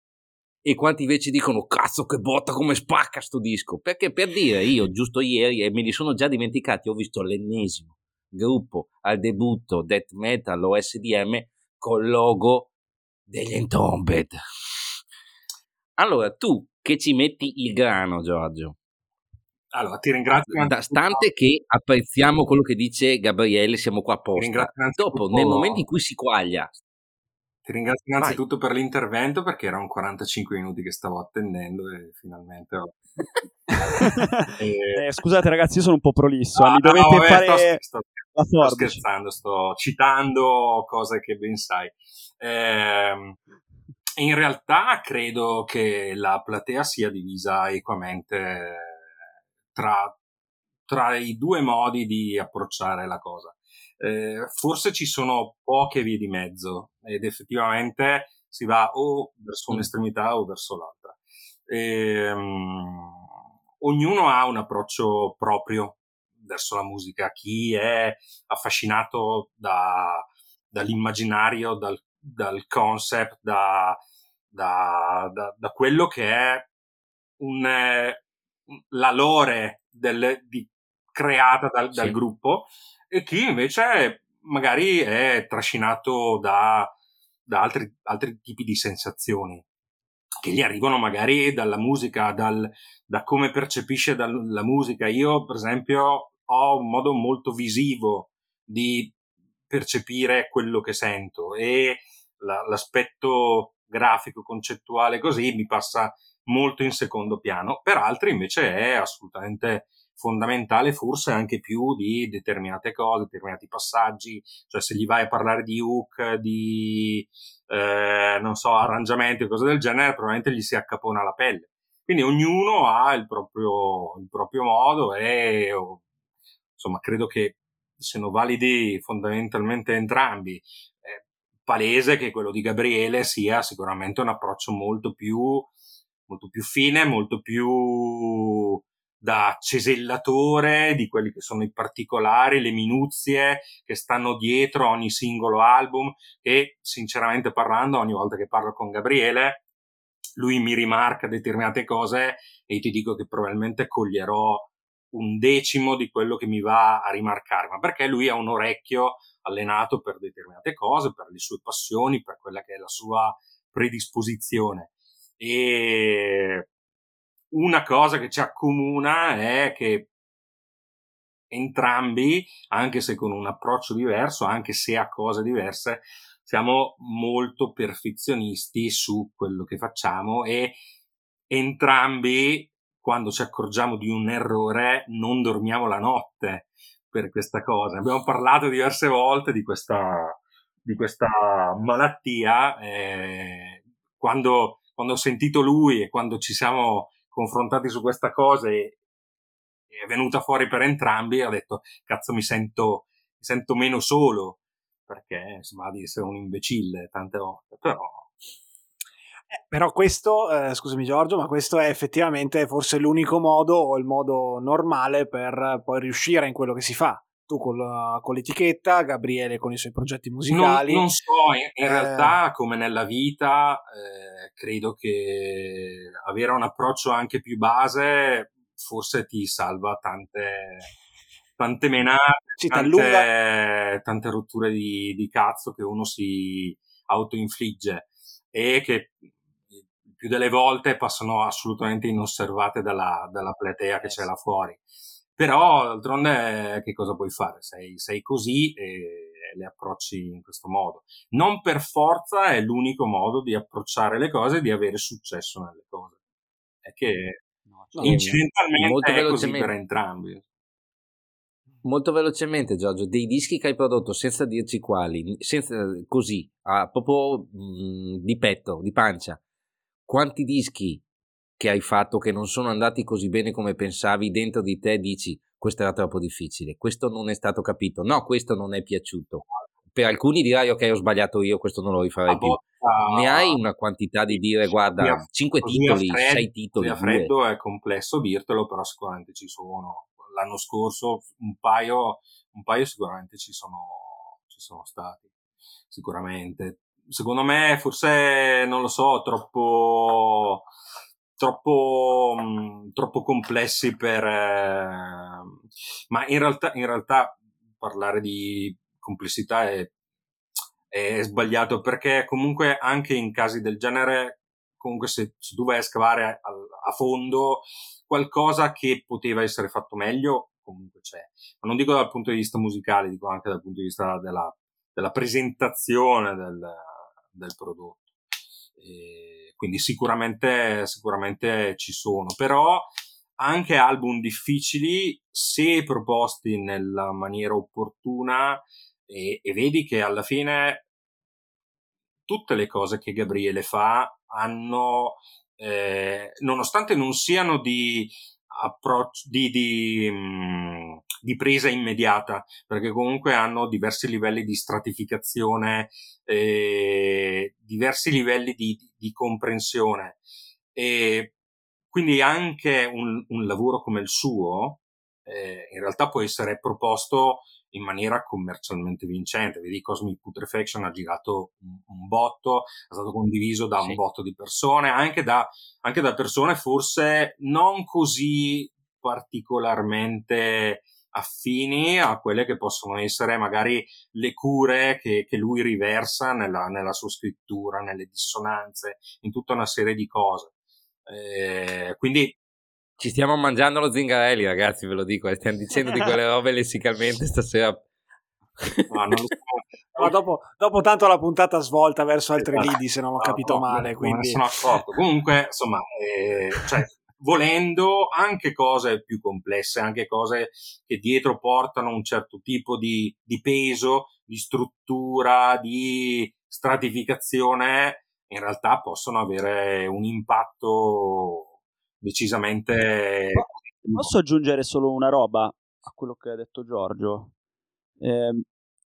e quanti invece dicono cazzo che botta, come spacca sto disco? Perché, per dire, io giusto ieri, e me li sono già dimenticati, ho visto l'ennesimo gruppo al debutto death metal o S D M col logo degli Entombed. Allora, tu che ci metti il grano, Giorgio, Allora, ti ringrazio da stante che apprezziamo quello che dice Gabriele, siamo qua Ti apposta. ringrazio innanzitutto- Dopo, nel momento in cui si quaglia, Ti ringrazio innanzitutto per l'intervento, perché erano quarantacinque minuti che stavo attendendo e finalmente ho... Eh, scusate ragazzi, io sono un po' prolisso, eh, Ah, mi no, dovete vabbè, fare sto, sto- la sto forbice. scherzando, sto citando cose che ben sai. Ehm, in realtà credo che la platea sia divisa equamente tra, tra i due modi di approcciare la cosa. Eh, forse ci sono poche vie di mezzo, ed effettivamente si va o verso un'estremità o verso l'altra. Ehm, ognuno ha un approccio proprio verso la musica. Chi è affascinato da, dall'immaginario, dal, dal concept, da, da, da, da quello che è un, eh, la lore del, di, creata dal, dal sì. gruppo, e chi invece magari è trascinato da, da altri, altri tipi di sensazioni che gli arrivano magari dalla musica, dal, da come percepisce dal, la musica. Io, per esempio, ho un modo molto visivo di percepire quello che sento, e la, l'aspetto grafico, concettuale, così mi passa molto in secondo piano. Per altri invece è assolutamente fondamentale forse anche più di determinate cose, determinati passaggi, cioè se gli vai a parlare di hook, di eh, non so, arrangiamenti o cose del genere, probabilmente gli si accapona la pelle. Quindi ognuno ha il proprio, il proprio modo e insomma credo che siano validi fondamentalmente entrambi. È palese che quello di Gabriele sia sicuramente un approccio molto più molto più fine, molto più da cesellatore di quelli che sono i particolari, le minuzie che stanno dietro ogni singolo album, e sinceramente parlando ogni volta che parlo con Gabriele lui mi rimarca determinate cose e io ti dico che probabilmente coglierò un decimo di quello che mi va a rimarcare, ma perché lui ha un orecchio allenato per determinate cose, per le sue passioni, per quella che è la sua predisposizione. E una cosa che ci accomuna è che entrambi, anche se con un approccio diverso, anche se a cose diverse, siamo molto perfezionisti su quello che facciamo e entrambi, quando ci accorgiamo di un errore, non dormiamo la notte per questa cosa. Abbiamo parlato diverse volte di questa, di questa malattia, eh, quando, quando ho sentito lui e quando ci siamo confrontati su questa cosa e è venuta fuori per entrambi, ho detto cazzo mi sento, mi sento meno solo, perché insomma di essere un imbecille tante volte, però eh, però questo eh, scusami Giorgio, ma questo è effettivamente forse l'unico modo o il modo normale per poi riuscire in quello che si fa. Tu con, la, con l'etichetta, Gabriele con i suoi progetti musicali. Non, non so, in, in eh... realtà come nella vita eh, credo che avere un approccio anche più base forse ti salva tante tante menate, sì, tante, tante rotture di, di cazzo che uno si autoinfligge e che più delle volte passano assolutamente inosservate dalla, dalla platea che c'è là fuori. Però d'altronde che cosa puoi fare? Sei, sei così e le approcci in questo modo. Non per forza è l'unico modo di approcciare le cose e di avere successo nelle cose. È che no, incidentalmente molto è così per entrambi. Molto velocemente, Giorgio, dei dischi che hai prodotto senza dirci quali, senza, così, ah, proprio mh, di petto, di pancia, quanti dischi che hai fatto che non sono andati così bene come pensavi, dentro di te dici questo era troppo difficile, questo non è stato capito, no, questo non è piaciuto. Per alcuni dirai ok, ho sbagliato io, questo non lo rifarei più. Ne hai una quantità di dire guarda, cinque titoli, freddo, sei titoli, a freddo due. È complesso dirtelo, però sicuramente ci sono. L'anno scorso un paio, un paio sicuramente ci sono, ci sono stati, sicuramente. Secondo me forse, non lo so, troppo, troppo, mh, troppo complessi per, eh, ma in realtà, in realtà parlare di complessità è, è sbagliato, perché comunque anche in casi del genere, comunque se, se tu vai a scavare a, a fondo, qualcosa che poteva essere fatto meglio comunque c'è, ma non dico dal punto di vista musicale, dico anche dal punto di vista della, della presentazione del, del prodotto. E quindi sicuramente sicuramente ci sono, però anche album difficili, se proposti nella maniera opportuna, e, e vedi che alla fine tutte le cose che Gabriele fa hanno Eh, nonostante non siano di approccio di, di, mh, di presa immediata, perché comunque hanno diversi livelli di stratificazione, eh, diversi livelli di, di comprensione, e quindi anche un, un lavoro come il suo eh, in realtà può essere proposto in maniera commercialmente vincente. Vedi, Cosmic Putrefaction ha girato un, un botto, è stato condiviso da sì. un botto di persone, anche da, anche da persone forse non così particolarmente affini a quelle che possono essere magari le cure che, che lui riversa nella, nella sua scrittura, nelle dissonanze, in tutta una serie di cose. Eh, quindi ci stiamo mangiando lo Zingarelli, ragazzi, ve lo dico, eh. Stiamo dicendo di quelle robe lessicalmente stasera. No, non lo so. Ma dopo, dopo tanto la puntata svolta verso altri esatto. lidi, se non ho no, capito no, male. No, quindi... non sono accorto. Comunque, insomma, eh, cioè, volendo anche cose più complesse, anche cose che dietro portano un certo tipo di, di peso, di struttura, di stratificazione, in realtà possono avere un impatto decisamente... Posso aggiungere solo una roba a quello che ha detto Giorgio? Eh,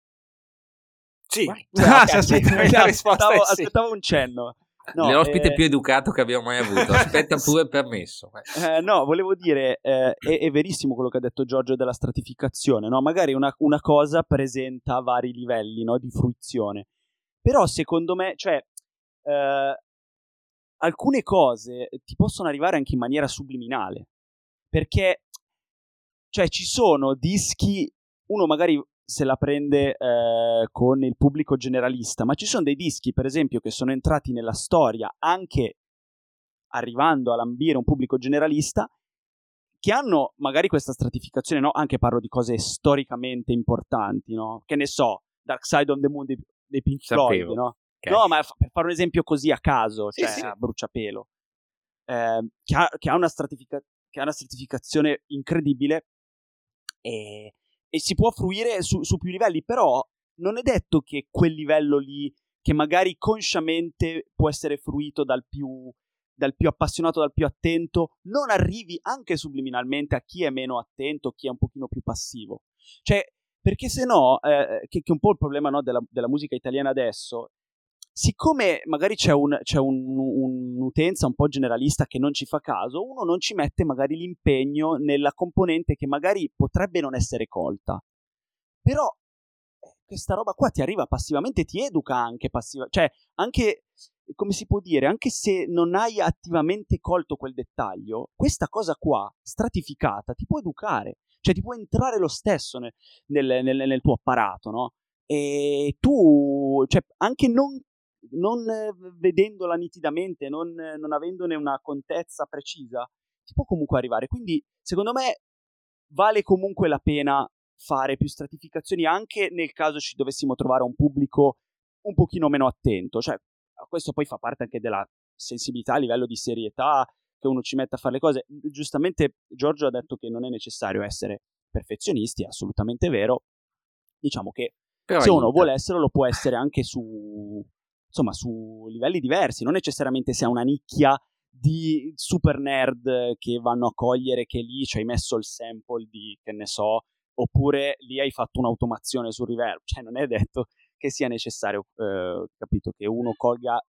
sì, cioè, okay, aspetta, sì, la risposta aspettavo, è sì. aspettavo un cenno. No, l'ospite eh, più educato che abbiamo mai avuto, aspetta pure permesso. Eh, no, volevo dire, eh, è, è verissimo quello che ha detto Giorgio della stratificazione, no? Magari una, una cosa presenta vari livelli, no, di fruizione, però secondo me, cioè, eh, alcune cose ti possono arrivare anche in maniera subliminale, perché, cioè, ci sono dischi, uno magari se la prende eh, con il pubblico generalista, ma ci sono dei dischi, per esempio, che sono entrati nella storia anche arrivando a lambire un pubblico generalista, che hanno magari questa stratificazione, no? Anche parlo di cose storicamente importanti, no? Che ne so, Dark Side of the Moon dei, dei Pink Floyd, Sapevo. no? Okay. No, ma f- per fare un esempio così a caso, Sì, cioè sì. a bruciapelo, eh, che, ha, che, ha una stratifica- che ha una stratificazione incredibile e, e si può fruire su, su più livelli, però non è detto che quel livello lì, che magari consciamente può essere fruito dal più, dal più appassionato, dal più attento, non arrivi anche subliminalmente a chi è meno attento, chi è un pochino più passivo. Cioè, perché se no, eh, che, che è un po' il problema, no, della, della musica italiana adesso, siccome magari c'è, un, c'è un, un'utenza un po' generalista che non ci fa caso, uno non ci mette magari l'impegno nella componente che magari potrebbe non essere colta. Però questa roba qua ti arriva passivamente, ti educa anche passivamente, cioè anche, come si può dire, anche se non hai attivamente colto quel dettaglio, questa cosa qua, stratificata, ti può educare, cioè ti può entrare lo stesso nel, nel, nel, nel tuo apparato, no? E tu, cioè anche non, non vedendola nitidamente, non, non avendone una contezza precisa, ti può comunque arrivare. Quindi, secondo me, vale comunque la pena fare più stratificazioni anche nel caso ci dovessimo trovare un pubblico un pochino meno attento, cioè questo poi fa parte anche della sensibilità a livello di serietà che uno ci mette a fare le cose. Giustamente Giorgio ha detto che non è necessario essere perfezionisti, è assolutamente vero, diciamo che però se aiuta. Uno vuole essere lo può essere anche su, insomma, su livelli diversi, non necessariamente se ha una nicchia di super nerd che vanno a cogliere che lì ci hai messo il sample di, che ne so, oppure lì hai fatto un'automazione sul reverb, cioè non è detto che sia necessario, eh, capito, che uno colga,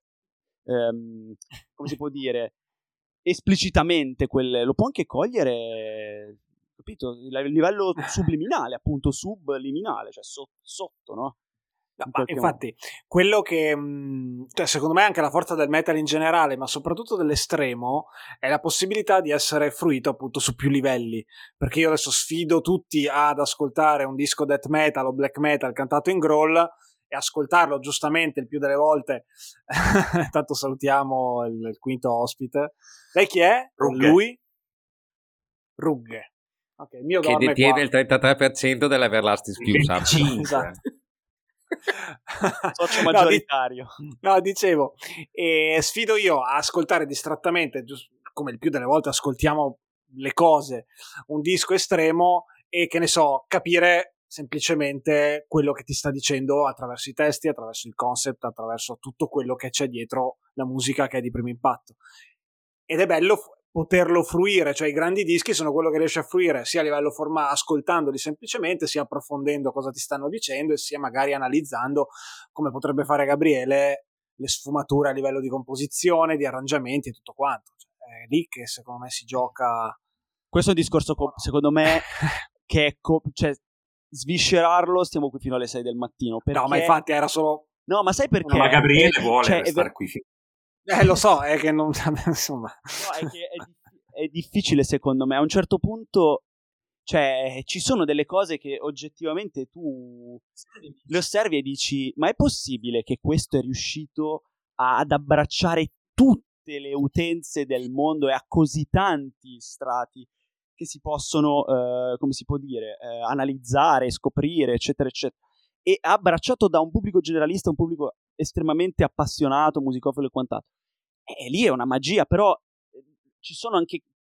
ehm, come si può dire, esplicitamente quel, lo può anche cogliere, capito, il livello subliminale, appunto, subliminale, cioè so, sotto, no? No, ma infatti, modo. quello che mh, cioè, secondo me anche la forza del metal in generale, ma soprattutto dell'estremo, è la possibilità di essere fruito appunto su più livelli. Perché io adesso sfido tutti ad ascoltare un disco death metal o black metal cantato in growl e ascoltarlo giustamente il più delle volte. Tanto salutiamo il, il quinto ospite. Lei chi è? Rugge. Lui? Rugge. Okay, il mio che detiene qua. Il trentatré per cento dell'Everlasting Skills. Esatto. Socio maggioritario. No, di- no, dicevo, e sfido io a ascoltare distrattamente, come il più delle volte ascoltiamo le cose, un disco estremo e che ne so, capire semplicemente quello che ti sta dicendo attraverso i testi, attraverso il concept, attraverso tutto quello che c'è dietro la musica che è di primo impatto. Ed è bello f- poterlo fruire, cioè i grandi dischi sono quello che riesci a fruire sia a livello formale, ascoltandoli semplicemente, sia approfondendo cosa ti stanno dicendo e sia magari analizzando, come potrebbe fare Gabriele, le sfumature a livello di composizione, di arrangiamenti e tutto quanto. Cioè, è lì che secondo me si gioca. Questo è un discorso, secondo me, che è co- cioè, sviscerarlo stiamo qui fino alle sei del mattino. Perché... No, ma infatti era solo... No, ma sai perché? No, ma Gabriele è, vuole cioè, stare ver- qui fino. Eh, lo so, è che non... insomma... No, è che è, è difficile secondo me. A un certo punto, cioè, ci sono delle cose che oggettivamente tu le osservi e dici, ma è possibile che questo è riuscito a, ad abbracciare tutte le utenze del mondo e a così tanti strati che si possono, eh, come si può dire, eh, analizzare, scoprire, eccetera, eccetera. E abbracciato da un pubblico generalista, un pubblico estremamente appassionato, musicofilo e quant'altro. E lì è una magia, però eh, ci sono anche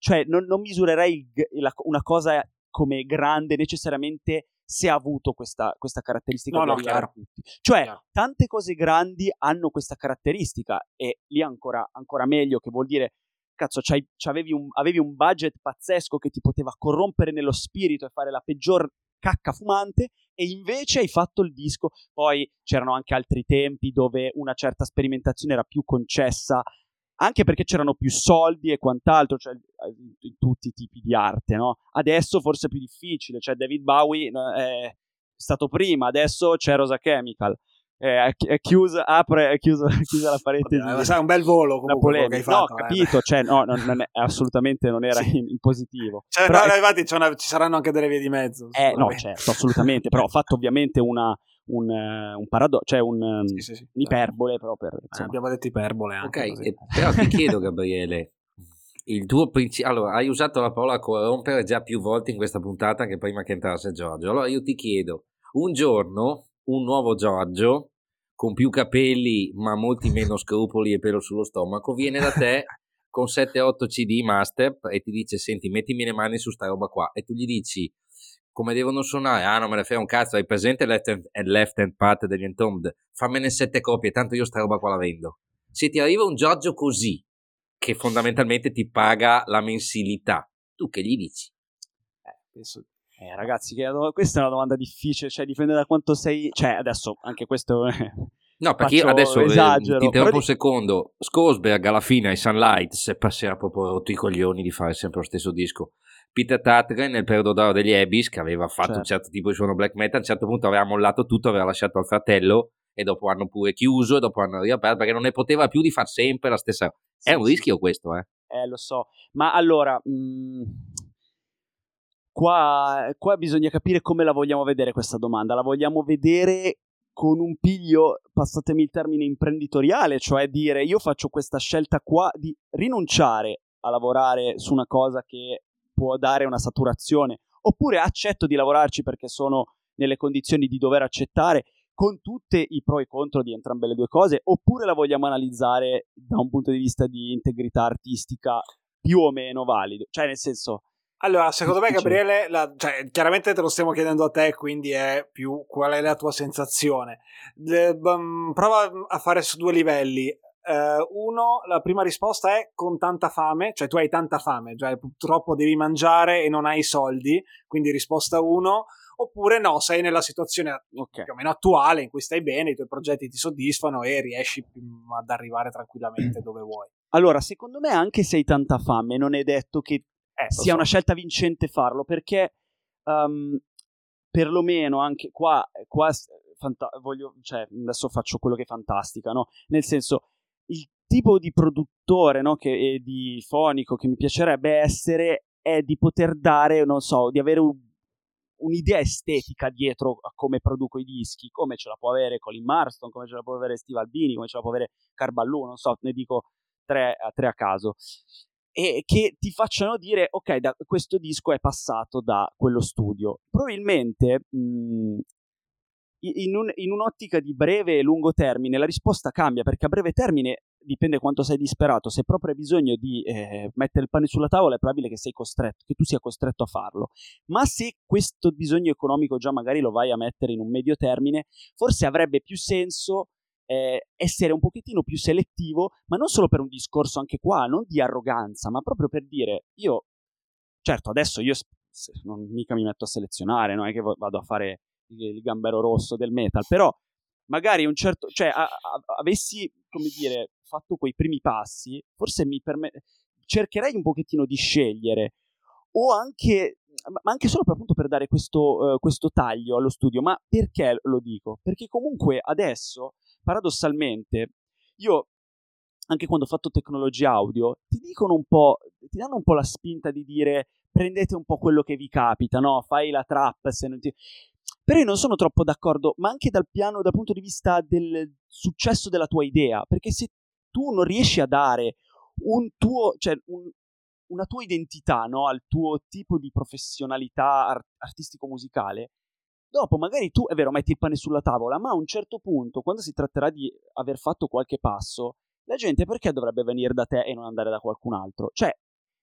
cioè non, non misurerei il, la, una cosa come grande necessariamente se ha avuto questa, questa caratteristica no, di no, arrivare chiaro. a tutti. Cioè, Chiaro. tante cose grandi hanno questa caratteristica, e lì ancora, ancora meglio, che vuol dire, cazzo, c'hai, c'avevi un, avevi un budget pazzesco che ti poteva corrompere nello spirito e fare la peggior cacca fumante, e invece hai fatto il disco. Poi c'erano anche altri tempi dove una certa sperimentazione era più concessa, anche perché c'erano più soldi e quant'altro, cioè in tutti i tipi di arte, no? Adesso forse è più difficile, cioè David Bowie è stato prima, adesso c'è Rosa Chemical, è, è chiusa, apre, è chiusa, è chiusa la parentesi. Oddio, sai, un bel volo comunque quello che hai fatto. No, capito, eh. cioè, no, non, non è, assolutamente non era sì. in, in positivo. Cioè, però no, è, infatti una, ci saranno anche delle vie di mezzo. Eh, no, certo, assolutamente, però ho fatto ovviamente una... un, uh, un paradosso, cioè un, sì, sì, sì, un'iperbole, però per, eh, abbiamo detto iperbole anche. Ok, così. eh, però ti chiedo, Gabriele, il tuo principio, allora hai usato la parola corrompere già più volte in questa puntata, che prima che entrasse Giorgio. Allora io ti chiedo, un giorno un nuovo Giorgio con più capelli ma molti meno scrupoli e pelo sullo stomaco viene da te con sette otto C D master e ti dice: senti, mettimi le mani su sta roba qua, e tu gli dici come devono suonare. Ah, non me ne frega un cazzo, hai presente Left Hand, left hand Part degli Entombed? Fammene sette copie, tanto io sta roba qua la vendo. Se ti arriva un Giorgio così, che fondamentalmente ti paga la mensilità, tu che gli dici? Eh, penso... eh ragazzi, che questa è una domanda difficile, cioè dipende da quanto sei, cioè adesso anche questo no, perché io adesso esagero, eh, ti interrompo di... un secondo. Skosberg alla fine ai Sunlight se passerà proprio rotto i coglioni di fare sempre lo stesso disco. Peter Tatren nel periodo d'oro degli Abyss, che aveva fatto certo. un certo tipo di suono black metal, a un certo punto aveva mollato tutto, aveva lasciato al fratello, e dopo hanno pure chiuso, e dopo hanno riaperto, perché non ne poteva più di far sempre la stessa. Sì, è un sì. rischio questo, eh. Eh, lo so. Ma allora, mh, qua, qua bisogna capire come la vogliamo vedere questa domanda. La vogliamo vedere con un piglio, passatemi il termine, imprenditoriale, cioè dire io faccio questa scelta qua di rinunciare a lavorare su una cosa che può dare una saturazione, oppure accetto di lavorarci perché sono nelle condizioni di dover accettare, con tutti i pro e contro di entrambe le due cose, oppure la vogliamo analizzare da un punto di vista di integrità artistica più o meno valido, cioè nel senso... Allora, secondo me, Gabriele, la, cioè, chiaramente te lo stiamo chiedendo a te, quindi è più qual è la tua sensazione. Le, um, prova a fare su due livelli. Uh, uno, la prima risposta è con tanta fame, cioè tu hai tanta fame, cioè purtroppo devi mangiare e non hai soldi, quindi risposta uno. Oppure no, sei nella situazione okay. più o meno attuale in cui stai bene, i tuoi progetti ti soddisfano e riesci ad arrivare tranquillamente dove vuoi. Allora, secondo me anche se hai tanta fame non è detto che Eh, sia so. una scelta vincente farlo, perché um, perlomeno anche qua, qua fanta- voglio, cioè, adesso faccio quello che è fantastica, no? Nel senso, il tipo di produttore, no, che, e di fonico che mi piacerebbe essere è di poter dare, non so, di avere un, un'idea estetica dietro a come produco i dischi, come ce la può avere Colin Marston, come ce la può avere Steve Albini, come ce la può avere Carballù, non so, ne dico tre a, tre a caso. E che ti facciano dire ok, da, questo disco è passato da quello studio. Probabilmente mh, in, un, in un'ottica di breve e lungo termine la risposta cambia, perché a breve termine dipende quanto sei disperato. Se proprio hai bisogno di eh, mettere il pane sulla tavola è probabile che sei costretto, che tu sia costretto a farlo. Ma se questo bisogno economico già magari lo vai a mettere in un medio termine, forse avrebbe più senso Eh, essere un pochettino più selettivo, ma non solo per un discorso anche qua, non di arroganza, ma proprio per dire io, certo adesso io non mica mi metto a selezionare, non è che vado a fare il, il gambero rosso del metal, però magari un certo, cioè a, a, avessi, come dire, fatto quei primi passi, forse mi permette, cercherei un pochettino di scegliere, o anche ma anche solo per, appunto, per dare questo, uh, questo taglio allo studio. Ma perché lo dico? Perché comunque adesso, paradossalmente, io, anche quando ho fatto tecnologia audio, ti dicono un po', ti danno un po' la spinta di dire prendete un po' quello che vi capita, no? Fai la trap, se non ti... Però io non sono troppo d'accordo, ma anche dal piano, dal punto di vista del successo della tua idea, perché se tu non riesci a dare un tuo, cioè un una tua identità, no, al tuo tipo di professionalità art- artistico-musicale, dopo magari tu, è vero, metti il pane sulla tavola, ma a un certo punto, quando si tratterà di aver fatto qualche passo, la gente perché dovrebbe venire da te e non andare da qualcun altro? Cioè,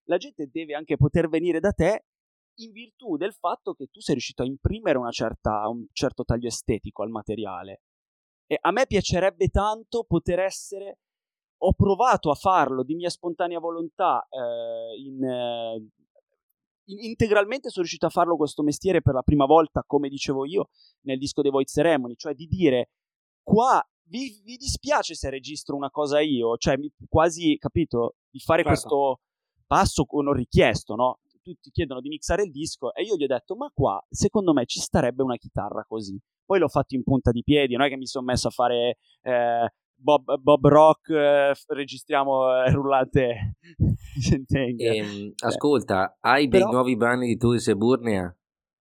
la gente deve anche poter venire da te in virtù del fatto che tu sei riuscito a imprimere una certa, un certo taglio estetico al materiale. E a me piacerebbe tanto poter essere, ho provato a farlo di mia spontanea volontà, eh, in, eh, in, integralmente sono riuscito a farlo questo mestiere per la prima volta, come dicevo io, nel disco dei Void Ceremony, cioè di dire, qua vi, vi dispiace se registro una cosa io, cioè mi, quasi, capito, di fare Certo. questo passo non richiesto, no? Tutti chiedono di mixare il disco e io gli ho detto, ma qua secondo me ci starebbe una chitarra così. Poi l'ho fatto in punta di piedi, non è che mi sono messo a fare eh, Bob, Bob Rock, eh, registriamo eh, rullante di Sentenger. Ehm, ascolta, hai dei Però- nuovi brani di Turis e Burnia?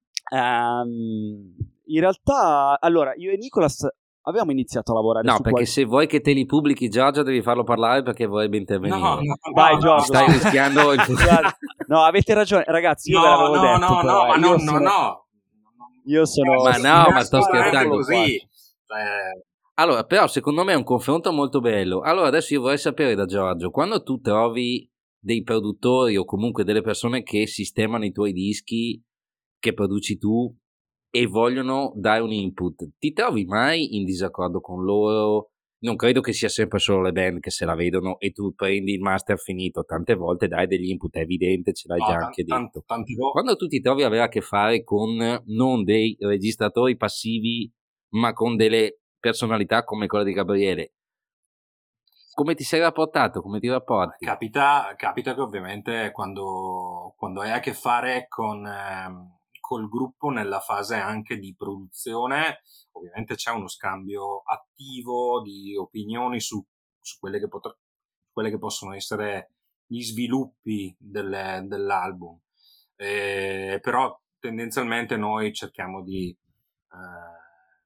Ehm, in realtà, allora, io e Nicolas avevamo iniziato a lavorare No, su perché qual- se vuoi che te li pubblichi, Giorgio, devi farlo parlare perché vorrebbe intervenire. No, no, Vai, no, Giorgio. Stai no. rischiando il Guarda, no, avete ragione, ragazzi, io no, ve l'avevo no, detto. no, però, no, ma eh, no, io no, sono, no. Io sono... Ma no, ma sto Assolutamente scherzando. così. Cioè, Allora, però secondo me è un confronto molto bello. Allora adesso io vorrei sapere da Giorgio, quando tu trovi dei produttori o comunque delle persone che sistemano i tuoi dischi che produci tu e vogliono dare un input, ti trovi mai in disaccordo con loro? Non credo che sia sempre solo le band che se la vedono e tu prendi il master finito, tante volte dai degli input, è evidente, ce l'hai no, già tan- anche tan- detto. tanti vo- Quando tu ti trovi ad avere a che fare con non dei registratori passivi ma con delle personalità come quella di Gabriele, come ti sei rapportato? Come ti rapporti? Capita, capita che ovviamente quando, quando hai a che fare con ehm, col gruppo nella fase anche di produzione, ovviamente c'è uno scambio attivo di opinioni su, su quelle, che potr- quelle che possono essere gli sviluppi delle- dell'album. Eh, però tendenzialmente noi cerchiamo di eh,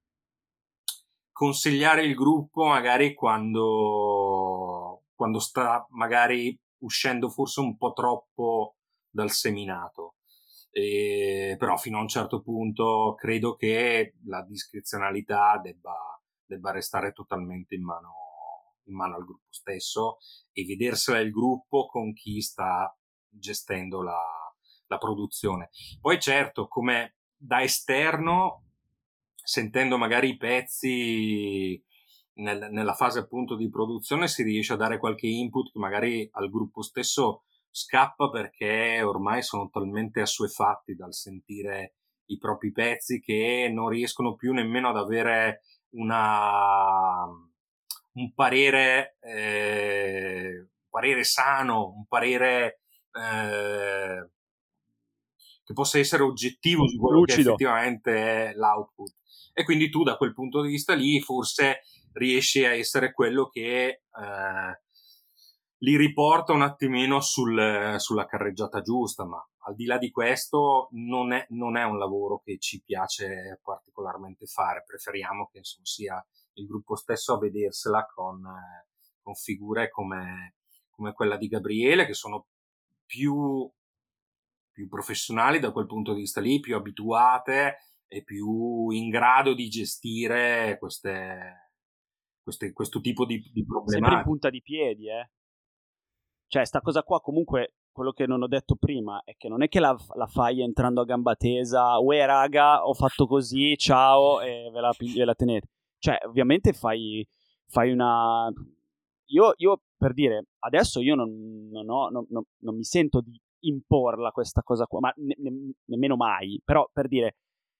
consigliare il gruppo magari quando, quando sta magari uscendo forse un po' troppo dal seminato. E, però fino a un certo punto credo che la discrezionalità debba, debba restare totalmente in mano, in mano al gruppo stesso e vedersela il gruppo con chi sta gestendo la, la produzione. Poi certo, come da esterno, sentendo magari i pezzi nel, nella fase appunto di produzione, si riesce a dare qualche input che magari al gruppo stesso scappa perché ormai sono talmente assuefatti dal sentire i propri pezzi che non riescono più nemmeno ad avere una, un parere eh, un parere sano, un parere eh, che possa essere oggettivo su quello che Lucido. effettivamente è l'output. E quindi tu da quel punto di vista lì forse riesci a essere quello che eh, li riporta un attimino sul, sulla carreggiata giusta, ma al di là di questo non è, non è un lavoro che ci piace particolarmente fare, preferiamo che insomma, sia il gruppo stesso a vedersela con, eh, con figure come, come quella di Gabriele, che sono più, più professionali da quel punto di vista lì, più abituate e più in grado di gestire queste, queste, questo tipo di, di problematiche. Sempre in punta di piedi, eh. Cioè, sta cosa qua comunque, quello che non ho detto prima, è che non è che la, la fai entrando a gamba tesa, uè raga, ho fatto così, ciao, e ve la, ve la tenete. Cioè, ovviamente fai, fai una... Io, io, per dire, adesso io non, non, ho, non, non, non mi sento di imporla questa cosa qua, ma ne, ne, nemmeno mai, però per dire...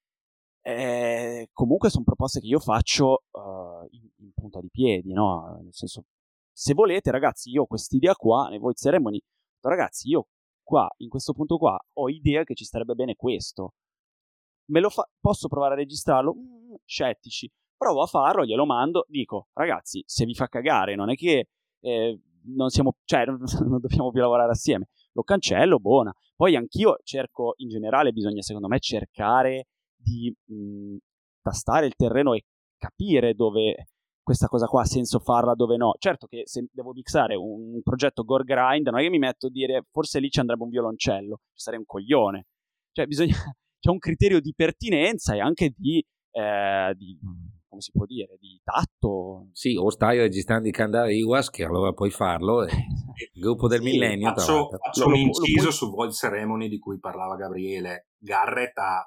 Eh, comunque sono proposte che io faccio uh, in, in punta di piedi, no? Nel senso, se volete, ragazzi, io ho quest'idea qua, nei Void Ceremony, ragazzi, io qua, in questo punto qua, ho idea che ci starebbe bene questo. Me lo fa- posso provare a registrarlo? Mm, scettici. Provo a farlo, glielo mando, dico, ragazzi, se vi fa cagare, non è che eh, non siamo, cioè, non, non dobbiamo più lavorare assieme. Lo cancello, buona. Poi anch'io cerco, in generale, bisogna, secondo me, cercare di mh, tastare il terreno e capire dove questa cosa qua ha senso farla, dove no. Certo che se devo mixare un, un progetto gore grind, non è che mi metto a dire forse lì ci andrebbe un violoncello, ci sarei un coglione. Cioè bisogna, c'è un criterio di pertinenza e anche di, eh, di come si può dire, di tatto. Sì, o stai registrando i Candariwas, che allora puoi farlo, e il gruppo del Sì, millennio. Faccio, faccio Lo- un lo pu- lo inciso puoi- su Void Ceremony di cui parlava Gabriele. Garrett ha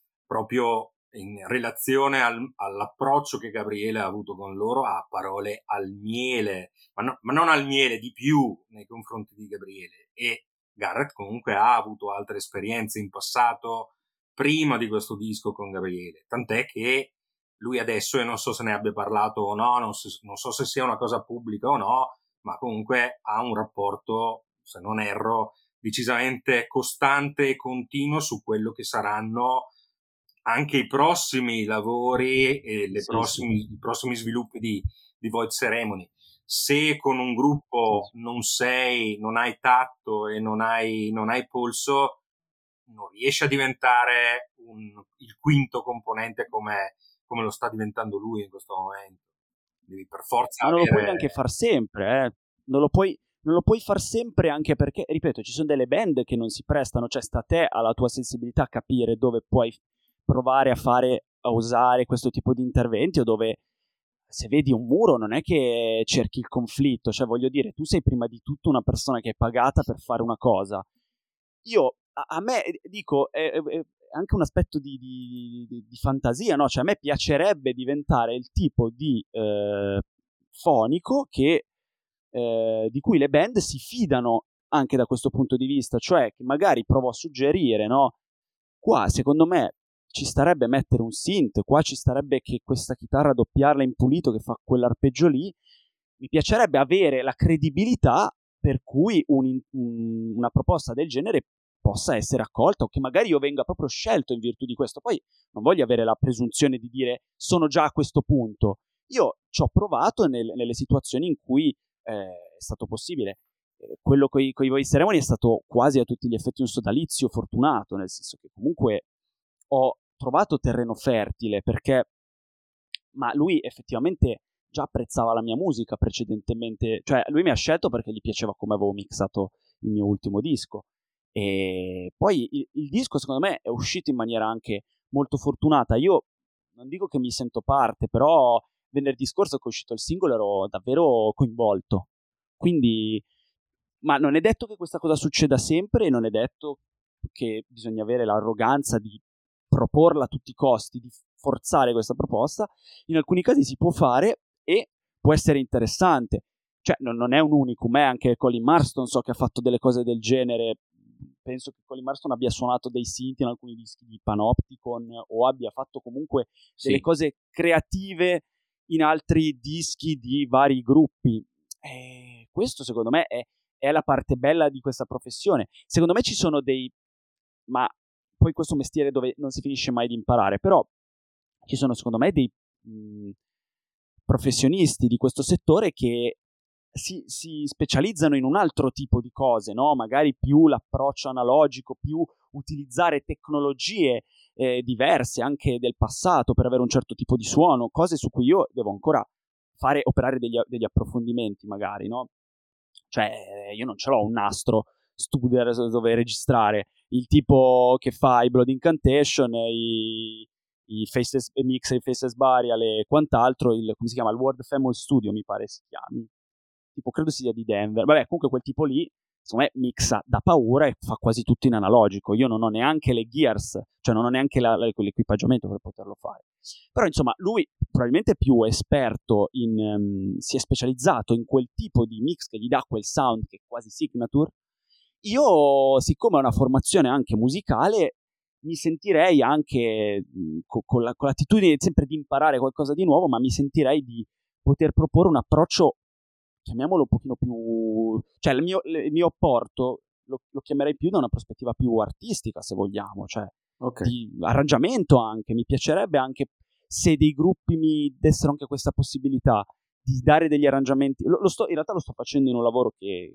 proprio in relazione al, all'approccio che Gabriele ha avuto con loro, ha parole al miele, ma, no, ma non al miele, di più nei confronti di Gabriele. E Garrett comunque ha avuto altre esperienze in passato prima di questo disco con Gabriele, tant'è che lui adesso, e non so se ne abbia parlato o no, non so, non so se sia una cosa pubblica o no, ma comunque ha un rapporto, se non erro, decisamente costante e continuo su quello che saranno anche i prossimi lavori e le Sì, prossimi, sì. i prossimi sviluppi di, di Void Ceremony. Se con un gruppo Sì, sì. non sei, non hai tatto e non hai, non hai polso, non riesci a diventare un, il quinto componente come, come lo sta diventando lui in questo momento. Devi per forza Ma non lo puoi avere... neanche far sempre, eh. Non lo puoi, non lo puoi far sempre, anche perché, ripeto, ci sono delle band che non si prestano, cioè sta a te, alla tua sensibilità, capire dove puoi provare a fare, a usare questo tipo di interventi, o dove se vedi un muro non è che cerchi il conflitto, cioè voglio dire, tu sei prima di tutto una persona che è pagata per fare una cosa. Io, a, a me, eh, dico, è, è- è anche un aspetto di, di- di- di fantasia, no? Cioè a me piacerebbe diventare il tipo di eh, fonico che, eh, di cui le band si fidano anche da questo punto di vista, cioè che magari provo a suggerire, no? Qua secondo me ci starebbe mettere un synth, qua ci starebbe che questa chitarra doppiarla in pulito che fa quell'arpeggio lì. Mi piacerebbe avere la credibilità per cui un, un, una proposta del genere possa essere accolta, o che magari io venga proprio scelto in virtù di questo. Poi non voglio avere la presunzione di dire sono già a questo punto. Io ci ho provato nel, nelle situazioni in cui eh, è stato possibile. Eh, quello con i Voice Ceremony è stato quasi a tutti gli effetti un sodalizio fortunato, nel senso che comunque ho trovato terreno fertile, perché ma lui effettivamente già apprezzava la mia musica precedentemente, cioè lui mi ha scelto perché gli piaceva come avevo mixato il mio ultimo disco, e poi il, il disco secondo me è uscito in maniera anche molto fortunata. Io non dico che mi sento parte, però venerdì scorso che è uscito il singolo ero davvero coinvolto, quindi, ma non è detto che questa cosa succeda sempre, e non è detto che bisogna avere l'arroganza di proporla a tutti i costi, di forzare questa proposta. In alcuni casi si può fare e può essere interessante. Cioè, non, non è un unicum, è anche Colin Marston, so che ha fatto delle cose del genere. Penso che Colin Marston abbia suonato dei synth in alcuni dischi di Panopticon, o abbia fatto comunque delle Sì. cose creative in altri dischi di vari gruppi. E questo secondo me è, è la parte bella di questa professione. Secondo me ci sono dei... ma poi questo mestiere dove non si finisce mai di imparare, però ci sono secondo me dei mh, professionisti di questo settore che si, si specializzano in un altro tipo di cose, no? Magari più l'approccio analogico, più utilizzare tecnologie eh, diverse anche del passato per avere un certo tipo di suono, cose su cui io devo ancora fare, operare degli, degli approfondimenti magari, no? Cioè io non ce l'ho un nastro Studer dove registrare, il tipo che fa i Blood Incantation, i, i Faceless Mix e i Faceless Burial e quant'altro, il, come si chiama, il World Famous Studio mi pare si chiami, tipo credo sia di Denver, vabbè comunque quel tipo lì secondo me mixa da paura e fa quasi tutto in analogico. Io non ho neanche le gears, cioè non ho neanche la, la, l'equipaggiamento per poterlo fare, però insomma lui probabilmente è più esperto in, um, si è specializzato in quel tipo di mix che gli dà quel sound che è quasi signature. Io, siccome ho una formazione anche musicale, mi sentirei anche mh, co- con, la, con l'attitudine sempre di imparare qualcosa di nuovo, ma mi sentirei di poter proporre un approccio, chiamiamolo un pochino più... cioè il mio, il mio apporto lo, lo chiamerei più da una prospettiva più artistica, se vogliamo, cioè Ok. di arrangiamento anche. Mi piacerebbe anche se dei gruppi mi dessero anche questa possibilità di dare degli arrangiamenti. Lo, lo sto, in realtà lo sto facendo in un lavoro che,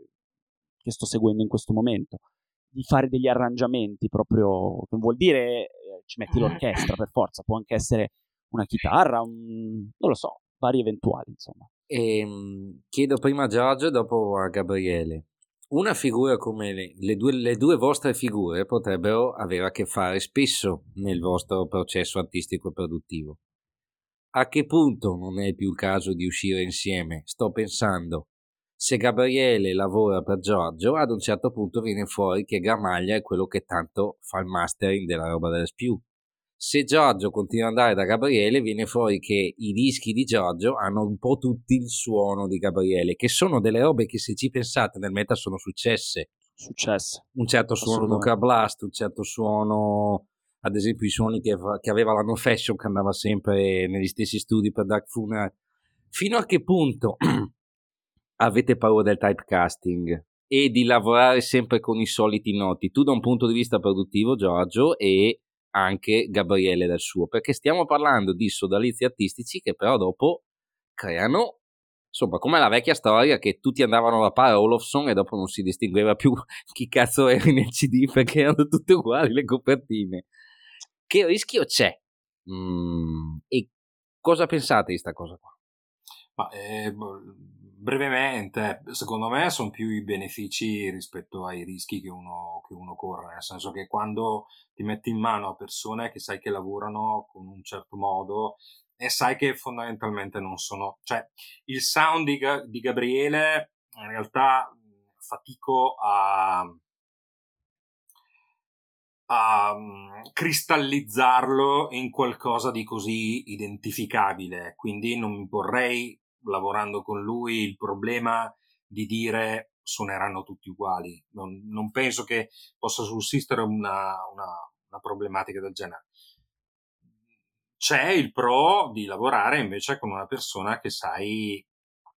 che sto seguendo in questo momento, di fare degli arrangiamenti proprio, non vuol dire eh, ci metti l'orchestra per forza, può anche essere una chitarra, un, non lo so, vari eventuali, insomma. E, mh, chiedo prima a Giorgio e dopo a Gabriele. Una figura come le, le, due, le due vostre figure potrebbero avere a che fare spesso nel vostro processo artistico e produttivo. a che punto non è più il caso di uscire insieme? Sto pensando, se Gabriele lavora per Giorgio, ad un certo punto viene fuori che Gramaglia è quello che tanto fa il mastering della roba delle Spiù. Se Giorgio continua ad andare da Gabriele, viene fuori che i dischi di Giorgio hanno un po' tutti il suono di Gabriele, che sono delle robe che, se ci pensate, nel metal sono successe. Successe. Un certo suono Nuclear Blast, un certo suono, ad esempio i suoni che, che aveva la No Fashion, che andava sempre negli stessi studi per Dark Funeral. Fino a che punto avete paura del typecasting e di lavorare sempre con i soliti noti? Tu da un punto di vista produttivo, Giorgio, e anche Gabriele dal suo, perché stiamo parlando di sodalizi artistici che però dopo creano, insomma, come la vecchia storia che tutti andavano a rappare Olofsson e dopo non si distingueva più chi cazzo eri nel C D perché erano tutte uguali le copertine. Che rischio c'è? Mm, e cosa pensate di sta cosa qua? Ma, eh, brevemente, secondo me sono più i benefici rispetto ai rischi che uno, che uno corre, nel senso che quando ti metti in mano a persone che sai che lavorano con un certo modo e sai che fondamentalmente non sono, cioè il sound di, di Gabriele in realtà fatico a a um, cristallizzarlo in qualcosa di così identificabile, quindi non mi porrei, lavorando con lui, il problema di dire suoneranno tutti uguali. Non, non penso che possa sussistere una, una, una problematica del genere. C'è il pro di lavorare invece con una persona che sai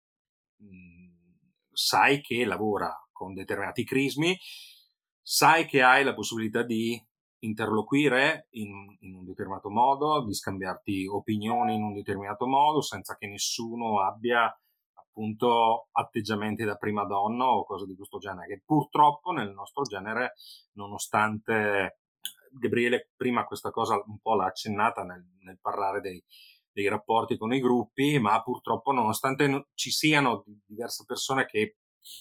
mh, sai che lavora con determinati crismi, sai che hai la possibilità di interloquire in, in un determinato modo, di scambiarti opinioni in un determinato modo, senza che nessuno abbia appunto atteggiamenti da prima donna o cose di questo genere, che purtroppo nel nostro genere, nonostante Gabriele prima questa cosa un po' l'ha accennata nel, nel parlare dei, dei rapporti con i gruppi, ma purtroppo nonostante ci siano diverse persone che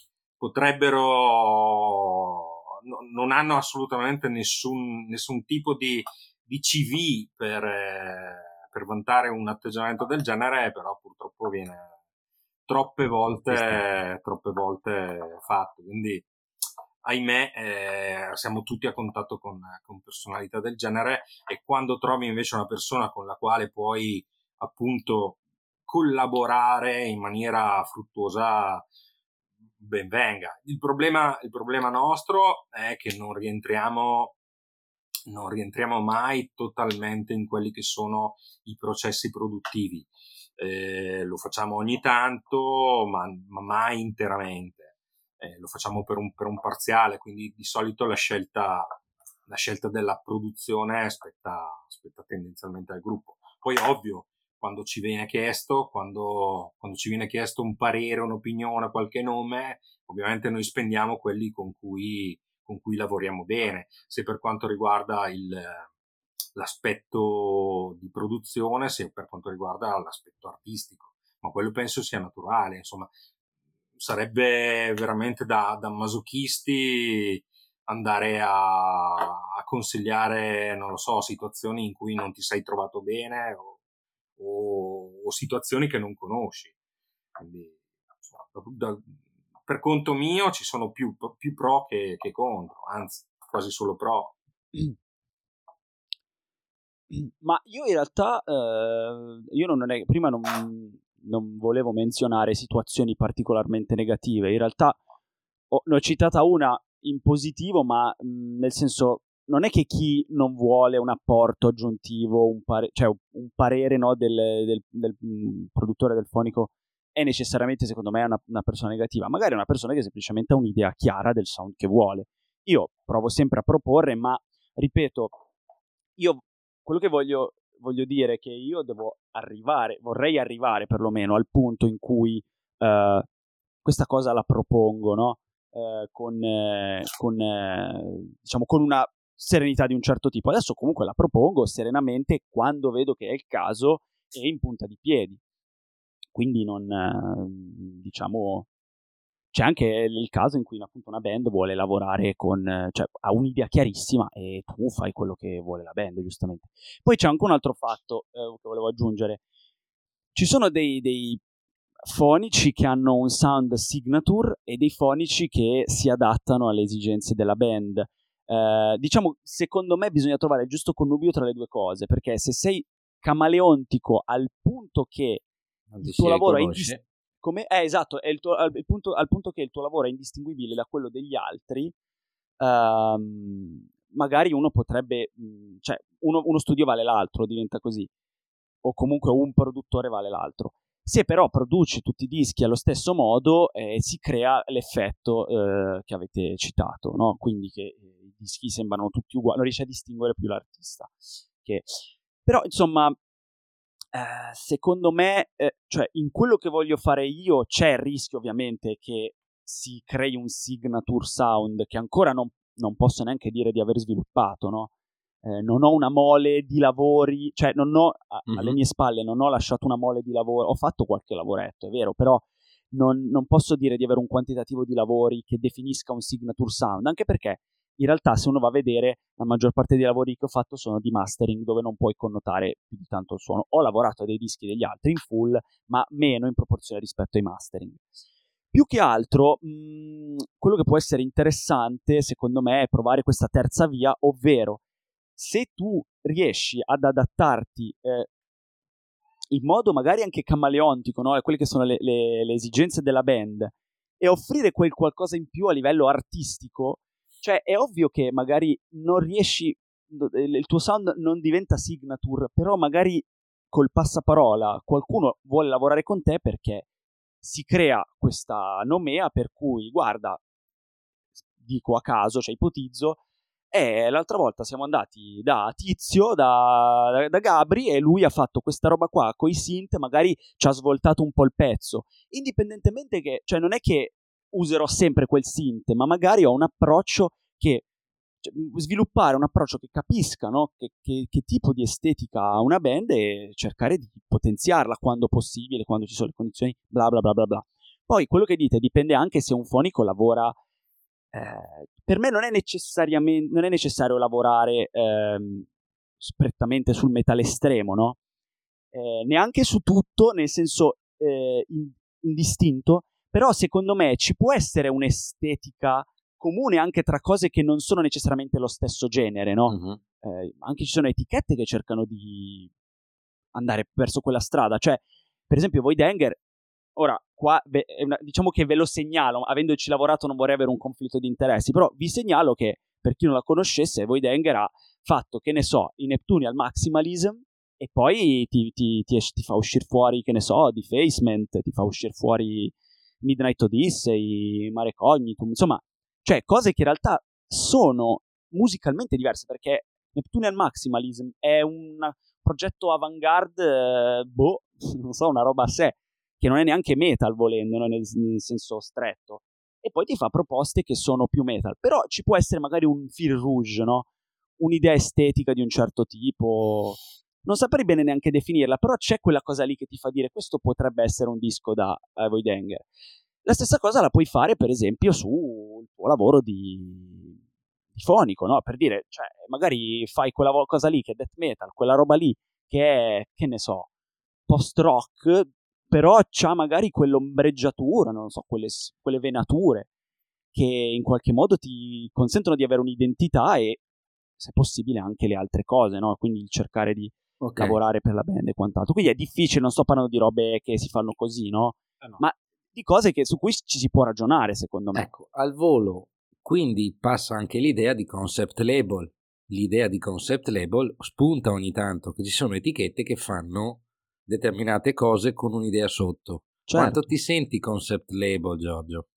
potrebbero no, non hanno assolutamente nessun, nessun tipo di, di C V per, eh, per vantare un atteggiamento del genere, però purtroppo viene troppe volte troppe volte fatto, quindi ahimè eh, siamo tutti a contatto con, con personalità del genere, e quando trovi invece una persona con la quale puoi appunto collaborare in maniera fruttuosa, ben venga. Il problema, il problema nostro è che non rientriamo non rientriamo mai totalmente in quelli che sono i processi produttivi. Eh, lo facciamo ogni tanto, ma, ma mai interamente. Eh, lo facciamo per un, per un parziale, quindi di solito la scelta, la scelta della produzione spetta, spetta tendenzialmente al gruppo. Poi ovvio, quando ci viene chiesto, quando, quando ci viene chiesto un parere, un'opinione, qualche nome, ovviamente noi spendiamo quelli con cui, con cui lavoriamo bene. Se per quanto riguarda il, l'aspetto di produzione, sia per quanto riguarda l'aspetto artistico, ma quello penso sia naturale, insomma. Sarebbe veramente da, da masochisti andare a, a consigliare, non lo so, situazioni in cui non ti sei trovato bene o, o, o situazioni che non conosci. Quindi, insomma, da, da, per conto mio ci sono più, più pro che, che contro, anzi quasi solo pro. Ma io in realtà eh, io non è, prima non, non volevo menzionare situazioni particolarmente negative, in realtà ho, ne ho citata una in positivo, ma mh, nel senso non è che chi non vuole un apporto aggiuntivo, un, pare, cioè un parere no, del, del, del mh, produttore del fonico è necessariamente, secondo me, una, una persona negativa, magari è una persona che semplicemente ha un'idea chiara del sound che vuole. Io provo sempre a proporre, ma ripeto, io quello che voglio, voglio dire è che io devo arrivare, vorrei arrivare perlomeno al punto in cui uh, questa cosa la propongo, no? Uh, con, eh, con, eh, diciamo, con una serenità di un certo tipo. Adesso comunque la propongo serenamente quando vedo che è il caso e in punta di piedi. Quindi non, eh, diciamo, c'è anche il caso in cui appunto una band vuole lavorare con, cioè ha un'idea chiarissima e tu fai quello che vuole la band, giustamente. Poi c'è anche un altro fatto eh, che volevo aggiungere. ci sono dei, dei fonici che hanno un sound signature e dei fonici che si adattano alle esigenze della band. Eh, diciamo, secondo me bisogna trovare il giusto connubio tra le due cose, perché se sei camaleontico al punto che Non il ti tuo si lavoro è riconosce. indis- come eh, esatto, è il tuo, al, il punto, al punto che il tuo lavoro è indistinguibile da quello degli altri, ehm, magari uno potrebbe, mh, cioè uno, uno studio vale l'altro, diventa così, o comunque un produttore vale l'altro. Se però produci tutti i dischi allo stesso modo, eh, si crea l'effetto eh, che avete citato, no? Quindi che eh, i dischi sembrano tutti uguali, non riesci a distinguere più l'artista. Che... Però, insomma, eh, secondo me, eh, cioè, in quello che voglio fare io c'è il rischio, ovviamente, che si crei un signature sound che ancora non, non posso neanche dire di aver sviluppato, no? Eh, non ho una mole di lavori, cioè non ho a, Mhm. alle mie spalle non ho lasciato una mole di lavoro, ho fatto qualche lavoretto, è vero, però non, non posso dire di avere un quantitativo di lavori che definisca un signature sound, anche perché in realtà se uno va a vedere la maggior parte dei lavori che ho fatto sono di mastering, dove non puoi connotare più di tanto il suono. Ho lavorato a dei dischi degli altri in full, ma meno in proporzione rispetto ai mastering. Più che altro, mh, quello che può essere interessante, secondo me, è provare questa terza via, ovvero se tu riesci ad adattarti eh, in modo magari anche camaleontico, no? A quelle che sono le, le, le esigenze della band, e offrire quel qualcosa in più a livello artistico, cioè è ovvio che magari non riesci, il tuo sound non diventa signature, però magari col passaparola qualcuno vuole lavorare con te perché si crea questa nomea per cui, guarda, dico a caso, cioè ipotizzo, e l'altra volta siamo andati da Tizio, da, da Gabri, e lui ha fatto questa roba qua con i synth, magari ci ha svoltato un po' il pezzo, indipendentemente che, cioè non è che userò sempre quel synth, ma magari ho un approccio che, cioè, sviluppare un approccio che capisca, no? che, che, che tipo di estetica ha una band e cercare di potenziarla quando possibile, quando ci sono le condizioni, bla bla bla bla bla. Poi quello che dite dipende anche se un fonico lavora. Eh, per me non è necessariamente non è necessario lavorare ehm, prettamente sul metal estremo, no? Eh, neanche su tutto, nel senso eh, in, indistinto, però secondo me ci può essere un'estetica comune anche tra cose che non sono necessariamente lo stesso genere, no? Mhm. Eh, anche ci sono etichette che cercano di andare verso quella strada, cioè per esempio Voidanger. Ora, qua una, diciamo che ve lo segnalo, avendoci lavorato non vorrei avere un conflitto di interessi, però vi segnalo che, per chi non la conoscesse, Voidanger ha fatto, che ne so, i Neptunial Maximalism, e poi ti, ti, ti, ti fa uscire fuori, che ne so, Defacement, ti fa uscire fuori Midnight Odyssey, Mare Cognitum, insomma, cioè cose che in realtà sono musicalmente diverse, perché Neptunial Maximalism è un progetto avant-garde, eh, boh, non so, una roba a sé, che non è neanche metal volendo, no? nel, nel senso stretto, e poi ti fa proposte che sono più metal, però ci può essere magari un fil rouge, no? Un'idea estetica di un certo tipo, non saprei bene neanche definirla, però c'è quella cosa lì che ti fa dire questo potrebbe essere un disco da uh, Voidanger. La stessa cosa la puoi fare per esempio sul tuo lavoro di, di fonico, no? Per dire, cioè, magari fai quella cosa lì che è death metal, quella roba lì che è, che ne so, post-rock, però c'ha magari quell'ombreggiatura, non so, quelle, quelle venature che in qualche modo ti consentono di avere un'identità e, se possibile, anche le altre cose, no? Quindi il cercare di Okay. lavorare per la band e quant'altro. Quindi è difficile, non sto parlando di robe che si fanno così, no? Eh no. Ma di cose che, su cui ci si può ragionare, secondo me. Ecco, al volo, quindi passa anche l'idea di concept label. L'idea di concept label spunta ogni tanto, che ci sono etichette che fanno determinate cose con un'idea sotto. Certo. Quanto ti senti concept label, Giorgio?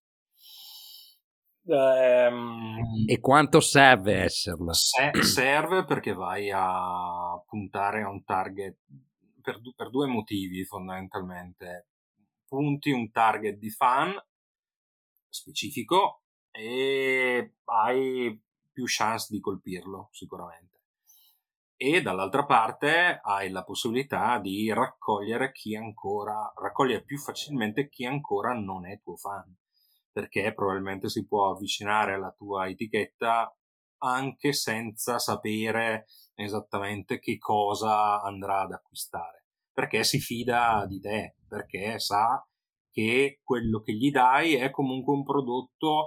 Ehm, E quanto serve esserlo? se- serve perché vai a puntare a un target per, du- per due motivi fondamentalmente. Punti un target di fan specifico e hai più chance di colpirlo sicuramente. E dall'altra parte hai la possibilità di raccogliere chi ancora, raccogliere più facilmente chi ancora non è tuo fan, perché probabilmente si può avvicinare alla tua etichetta anche senza sapere esattamente che cosa andrà ad acquistare. perché si fida di te, perché sa che quello che gli dai è comunque un prodotto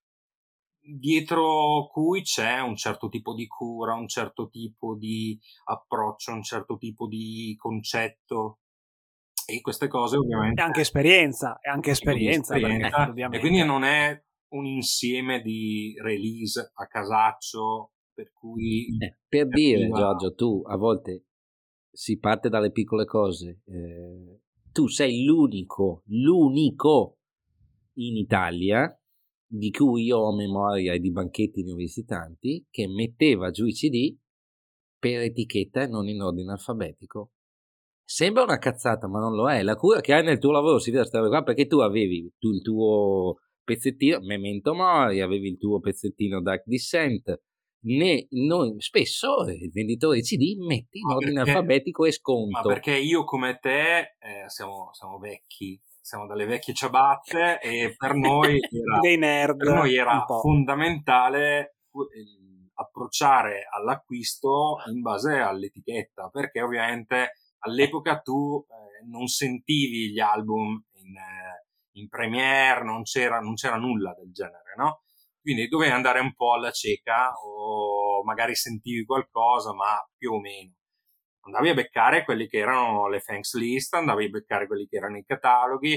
dietro cui c'è un certo tipo di cura, un certo tipo di approccio, un certo tipo di concetto, e queste cose ovviamente... E anche esperienza, e anche esperienza, esperienza perché, e quindi non è un insieme di release a casaccio, per cui... Eh, per dire, Giorgio, tu a volte si parte dalle piccole cose. Eh, tu sei l'unico, l'unico in Italia di cui io ho memoria e di banchetti ne ho visti tanti, che metteva giù i C D per etichetta e non in ordine alfabetico. Sembra una cazzata, ma non lo è. La cura che hai nel tuo lavoro si vede questa roba qua, perché tu avevi tu il tuo pezzettino Memento Mori, avevi il tuo pezzettino Dark Descent. Ne, noi spesso il venditore di C D mette in Ma ordine perché- alfabetico e sconto. Ma perché io come te eh, siamo, siamo vecchi, siamo dalle vecchie ciabatte, e per noi era, dei nerd, per noi era un po'. fondamentale eh, approcciare all'acquisto in base all'etichetta, perché ovviamente all'epoca tu eh, non sentivi gli album in, eh, in premiere, non c'era, non c'era nulla del genere, no? Quindi dovevi andare un po' alla cieca, o magari sentivi qualcosa, ma più o meno. Andavi a beccare quelli che erano le thanks list, andavi a beccare quelli che erano i cataloghi.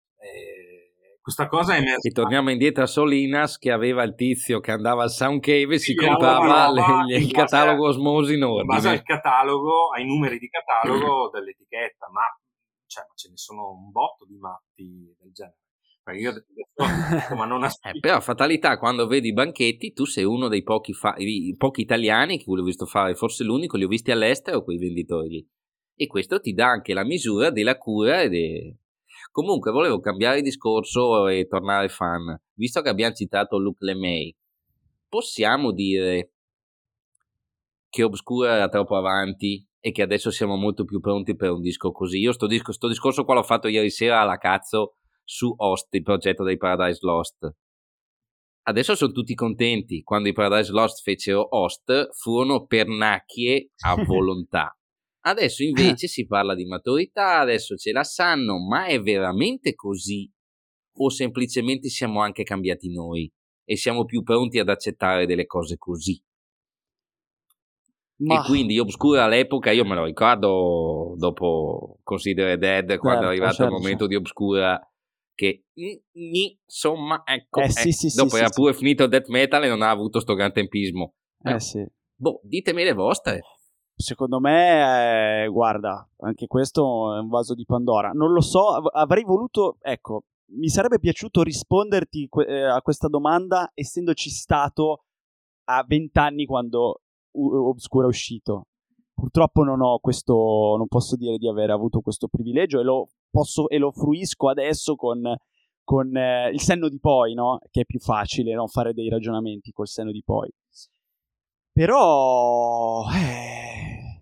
Eh, questa cosa è emersa. E torniamo indietro a Solinas, che aveva il tizio che andava al Sound Cave e si Sì, comprava roba le- in il base catalogo a- Osmosi in in base al ordine. catalogo, ai numeri di catalogo dell'etichetta, ma, cioè, ma ce ne sono un botto di matti del genere. Perché io adesso, ma non Eh, aspetto. però fatalità, quando vedi i banchetti, tu sei uno dei pochi, fa- i pochi italiani che l'ho visto fare, forse l'unico, li ho visti all'estero quei venditori lì. E questo ti dà anche la misura della cura e de... Comunque volevo cambiare discorso e tornare fan. Visto che abbiamo citato Luc Lemay, possiamo dire che Obscura era troppo avanti e che adesso siamo molto più pronti per un disco così? Io sto, disco, sto discorso qua l'ho fatto ieri sera alla cazzo su Host, il progetto dei Paradise Lost. Adesso sono tutti contenti. Quando i Paradise Lost fecero Host, furono pernacchie a volontà. Adesso invece si parla di maturità, adesso ce la sanno, ma è veramente così? O semplicemente siamo anche cambiati noi e siamo più pronti ad accettare delle cose così? Ma E quindi Obscura all'epoca, io me lo ricordo dopo Consider Dead, quando è certo, arrivato certo, il momento di Obscura, che gni, insomma, ecco, Eh, sì, eh, sì, sì, dopo sì, era sì. pure finito il death metal e non ha avuto sto gran tempismo. Eh Eh, sì. boh, ditemi le vostre. Secondo me, eh, guarda, anche questo è un vaso di Pandora. Non lo so, av- avrei voluto, ecco, mi sarebbe piaciuto risponderti que- eh, a questa domanda essendoci stato a vent'anni quando U- Obscura è uscito. Purtroppo non ho questo, non posso dire di aver avuto questo privilegio, e lo posso e lo fruisco adesso con, con eh, il senno di poi, no? Che è più facile, no? Fare dei ragionamenti col senno di poi. Però eh,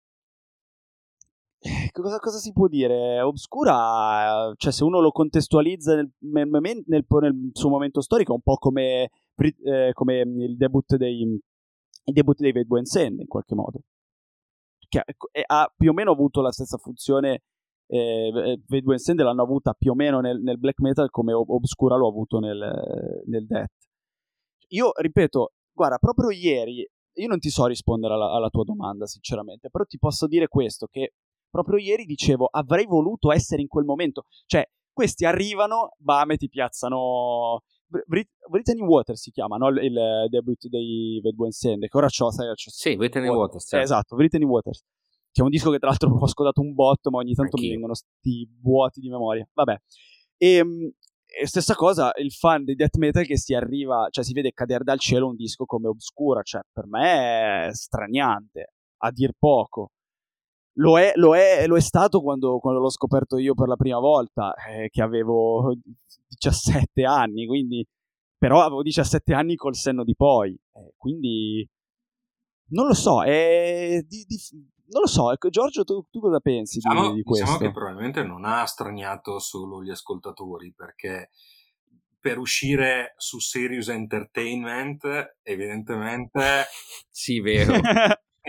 eh, cosa, cosa si può dire? Obscura, cioè se uno lo contestualizza nel, nel, momen- nel- nel suo momento storico, è un po' come, Brit- eh, come il debut dei il debut dei Dead Boy Sand, in qualche modo, che ha, ha più o meno avuto la stessa funzione. eh, Dead Boy Sand l'hanno avuta più o meno nel, nel black metal come Obscura lo ha avuto nel, nel death. Io ripeto, guarda, proprio ieri io non ti so rispondere alla, alla tua domanda, sinceramente, però ti posso dire questo, che proprio ieri dicevo, avrei voluto essere in quel momento. Cioè, questi arrivano, bam, e ti piazzano... Brit- Brittany Waters si chiama, no? Il, il debut dei Bad Boy Sand, che ora c'ho, sai, c'ho Sì, Brittany Waters, certo. Eh, esatto, Brittany Waters, che è un disco che tra l'altro ho ascoltato un botto, ma ogni tanto Anch'io. mi vengono sti vuoti di memoria. Vabbè. E... E stessa cosa, il fan di death metal che si arriva, cioè si vede cadere dal cielo un disco come Obscura, cioè per me è straniante, a dir poco. Lo è, lo è, lo è stato quando, quando l'ho scoperto io per la prima volta, eh, che avevo diciassette anni, quindi però avevo diciassette anni col senno di poi, eh, quindi non lo so, è di, di, non lo so, ecco, Giorgio, tu, tu cosa pensi Diciamo, di, di questo? diciamo che probabilmente non ha straniato solo gli ascoltatori, perché per uscire su Serious Entertainment, evidentemente... Sì, vero.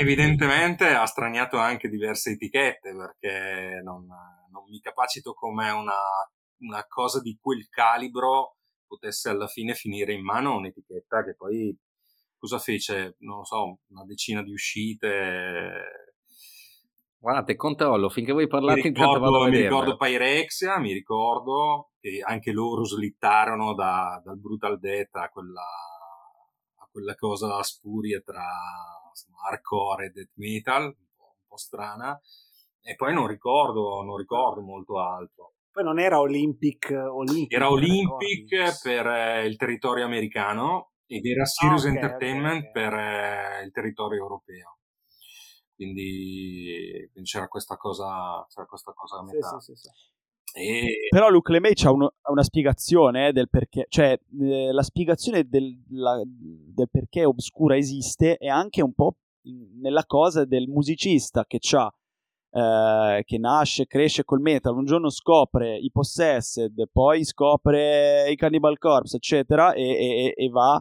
evidentemente ha straniato anche diverse etichette, perché non, non mi capacito come una, una cosa di quel calibro potesse alla fine finire in mano a un'etichetta che poi cosa fece? Non lo so, una decina di uscite. Guardate, controllo, finché voi Mi parlate intanto vado ricordo, a mi vedermelo. ricordo Pyrexia, mi ricordo che anche loro slittarono da, dal Brutal Death a quella, a quella cosa spuria tra insomma, hardcore e death metal, un po', un po' strana, e poi non ricordo, non ricordo molto altro. Poi non era Olympic, Olympic Era Olympic Recordings. per eh, il territorio americano ed era Sirius Ah, ok, Entertainment ok, ok. per eh, il territorio europeo. Quindi, quindi c'era questa cosa, c'era questa cosa a metà. Sì, sì, sì, sì. E... Però Luke LeMay c'ha uno, una spiegazione eh, del perché, cioè eh, la spiegazione del, la, del perché Obscura esiste è anche un po' in, nella cosa del musicista che c'ha eh, che nasce, cresce col metal, un giorno scopre i Possessed, poi scopre i Cannibal Corpse, eccetera, e, e, e va,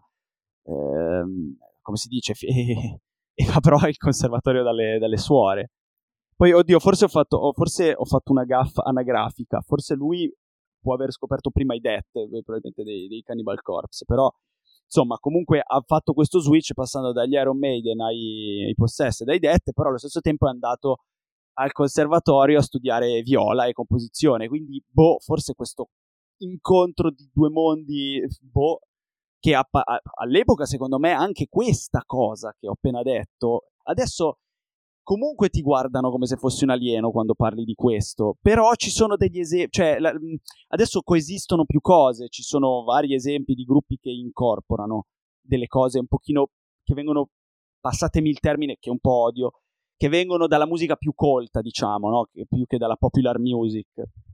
ehm, come si dice, e, e va però al conservatorio dalle, dalle suore. Poi, oddio, forse ho fatto, oh, forse ho fatto una gaffa anagrafica, forse lui può aver scoperto prima i Death, probabilmente dei, dei Cannibal Corpse, però insomma comunque ha fatto questo switch passando dagli Iron Maiden ai, ai Possessed, ai Death, però allo stesso tempo è andato al conservatorio a studiare viola e composizione, quindi boh, forse questo incontro di due mondi, boh, che a, a, all'epoca secondo me anche questa cosa che ho appena detto, adesso comunque ti guardano come se fossi un alieno quando parli di questo, però ci sono degli esempi, cioè la, adesso coesistono più cose, ci sono vari esempi di gruppi che incorporano delle cose un pochino, che vengono, passatemi il termine che un po' odio, che vengono dalla musica più colta, diciamo, no? Che, più che dalla popular music.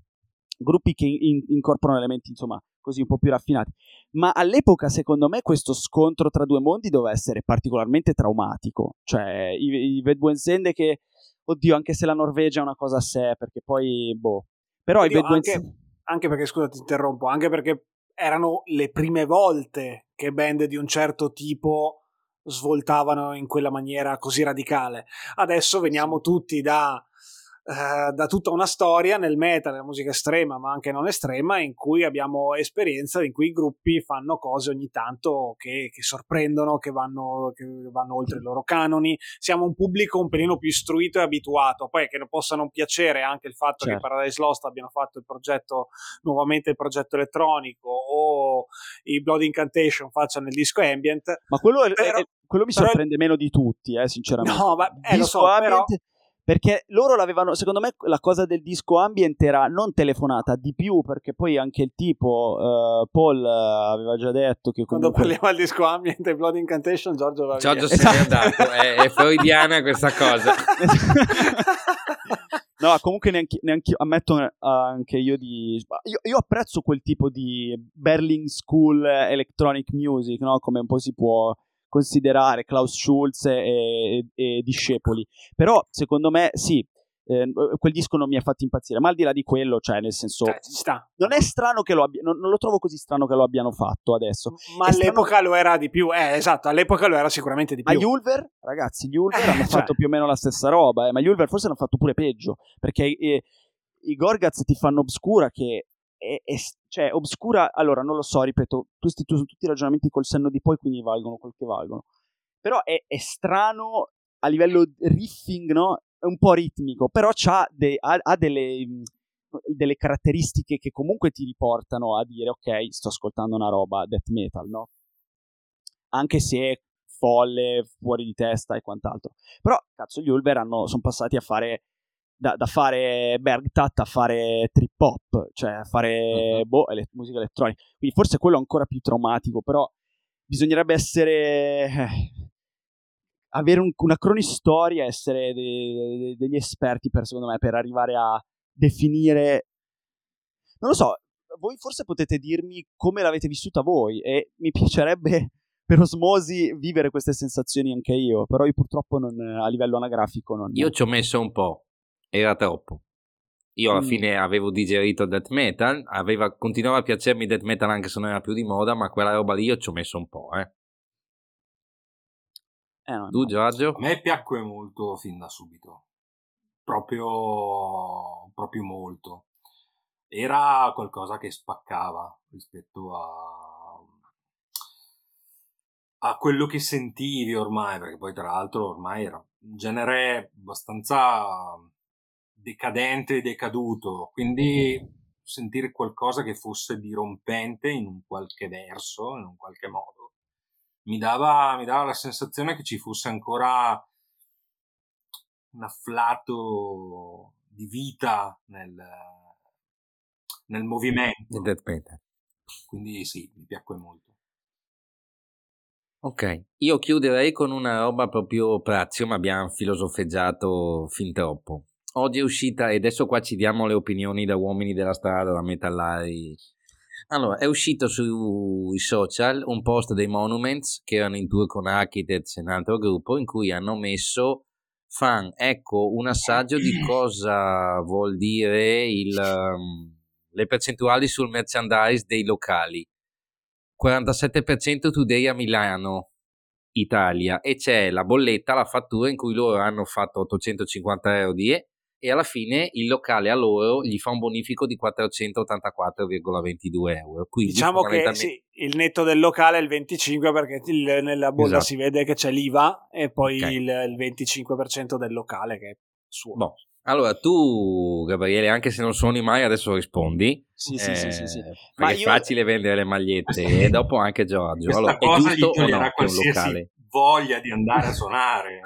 Gruppi che in, incorporano elementi, insomma, così un po' più raffinati. Ma all'epoca, secondo me, questo scontro tra due mondi doveva essere particolarmente traumatico. Cioè, i, i Vedbuensende che, oddio, anche se la Norvegia è una cosa a sé, perché poi, boh. Però Oddio, i Vedbuensende... Anche, anche perché, scusa, ti interrompo, anche perché erano le prime volte che band di un certo tipo svoltavano in quella maniera così radicale. Adesso veniamo sì. tutti da, uh, da tutta una storia nel metal, nella musica estrema, ma anche non estrema, in cui abbiamo esperienza in cui i gruppi fanno cose ogni tanto che, che sorprendono, che vanno, che vanno oltre i loro canoni. Siamo un pubblico un pelino più istruito e abituato. Poi che possa non piacere anche il fatto certo. che Paradise Lost abbiano fatto il progetto, nuovamente il progetto elettronico, o i Blood Incantation facciano il disco ambient. Ma quello è, però, è, quello mi sorprende meno di tutti, eh, sinceramente. No, ma eh, disco lo so, ambient, però... perché loro l'avevano, secondo me la cosa del disco ambient era non telefonata, di più, perché poi anche il tipo uh, Paul uh, aveva già detto che comunque... Quando parliamo del disco ambient e Blood Incantation Giorgio va via. Giorgio se n'è andato, è, è freudiana questa cosa. No, comunque neanche, neanche ammetto anche io di... Io, io apprezzo quel tipo di Berlin School electronic music, no? Come un po' si può considerare Klaus Schulz e, e, e discepoli. Però, secondo me, sì, eh, quel disco non mi ha fatto impazzire. Ma al di là di quello, cioè, nel senso... Eh, ci sta. Non è strano che lo abbiano... Non, non lo trovo così strano che lo abbiano fatto adesso. Ma è all'epoca strano... lo era di più. Eh, esatto, all'epoca lo era sicuramente di più. Ma gli Ulver, ragazzi, gli Ulver eh, hanno cioè... fatto più o meno la stessa roba, eh, ma gli Ulver forse hanno fatto pure peggio, perché eh, i Gorgaz ti fanno Obscura che è, è, cioè Obscura, allora non lo so, ripeto, questi sono tutti ragionamenti col senno di poi, quindi valgono quel che valgono, però è, è strano a livello riffing, no? È un po' ritmico, però c'ha de, ha, ha delle, delle caratteristiche che comunque ti riportano a dire ok, sto ascoltando una roba death metal, no? Anche se folle, fuori di testa e quant'altro. Però, cazzo, gli Ulver hanno, sono passati a fare da, da fare Bergtat a fare trip hop, cioè a fare uh-huh. boh, ele- musica elettronica. Quindi forse quello è ancora più traumatico, però bisognerebbe essere eh, avere un, una cronistoria, essere de, de, degli esperti per, secondo me, per arrivare a definire, non lo so, voi forse potete dirmi come l'avete vissuta voi e mi piacerebbe per osmosi vivere queste sensazioni anche io, però io purtroppo non, a livello anagrafico non... Io ci ho messo un po', era troppo. Io alla mm. fine avevo digerito death metal, aveva, continuava a piacermi death metal anche se non era più di moda, ma quella roba lì io ci ho messo un po', eh. Eh, no, Tu, Giorgio? A me piacque molto fin da subito, proprio, proprio molto. Era qualcosa che spaccava rispetto a, a quello che sentivi ormai, perché poi tra l'altro ormai era un genere abbastanza decadente e decaduto, quindi sentire qualcosa che fosse dirompente in un qualche verso, in un qualche modo, mi dava, mi dava la sensazione che ci fosse ancora un afflato di vita nel, nel movimento. Quindi sì, mi piacque molto. Ok, io chiuderei con una roba proprio prazio, ma abbiamo filosofeggiato fin troppo. Oggi è uscita, e adesso qua ci diamo le opinioni da uomini della strada, da metallari. Allora, è uscito sui social un post dei Monuments, che erano in tour con Architects e un altro gruppo, in cui hanno messo fan, ecco un assaggio di cosa vuol dire il, um, le percentuali sul merchandise dei locali. quarantasette per cento Today a Milano, Italia, e c'è la bolletta, la fattura in cui loro hanno fatto ottocentocinquanta euro di e e alla fine il locale a loro gli fa un bonifico di quattrocentottantaquattro virgola ventidue euro. Quindi diciamo che sì, il netto del locale è il venticinque perché il, nella bolla, esatto, si vede che c'è l'I V A e poi okay, il, il venticinque per cento del locale che è suo. Boh. Allora tu, Gabriele, anche se non suoni mai, adesso rispondi. Sì, eh, sì, sì, sì, sì. Ma è io... facile vendere le magliette e dopo anche Giorgio. Questa allora, cosa è giusto gli toglierà o no, qualsiasi locale... voglia di andare a suonare.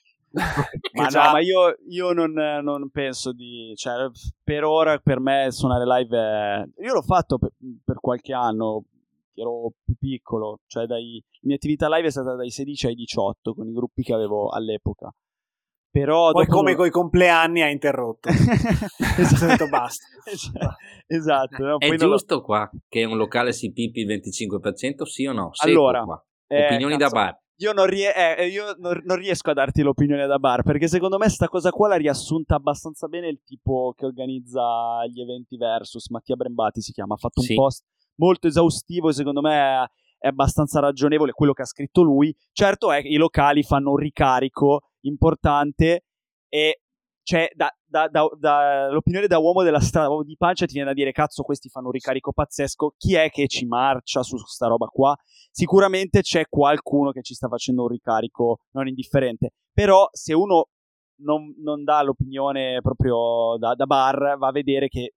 ma già... no, ma io, io non, non penso di, cioè, per ora per me suonare live è... io l'ho fatto per, per qualche anno, ero più piccolo, cioè dai, la mia attività live è stata dai sedici ai diciotto con i gruppi che avevo all'epoca. Però poi come non... coi compleanni ha interrotto. Esatto, basta. Esatto. No, è poi giusto lo... qua che un locale si pipi il venticinque per cento, sì o no? Secco allora, qua. Eh, opinioni cazzo, da bar. Io, non, rie- eh, io non, non riesco a darti l'opinione da bar, perché secondo me sta cosa qua l'ha riassunta abbastanza bene il tipo che organizza gli eventi Versus, Mattia Brembati si chiama, ha fatto un sì. post molto esaustivo e secondo me è, è abbastanza ragionevole quello che ha scritto lui. Certo è che i locali fanno un ricarico importante e cioè da, da, da, da, l'opinione da uomo della strada di pancia ti viene da dire cazzo questi fanno un ricarico pazzesco, chi è che ci marcia su sta roba qua? Sicuramente c'è qualcuno che ci sta facendo un ricarico non indifferente, però se uno non, non dà l'opinione proprio da, da bar va a vedere che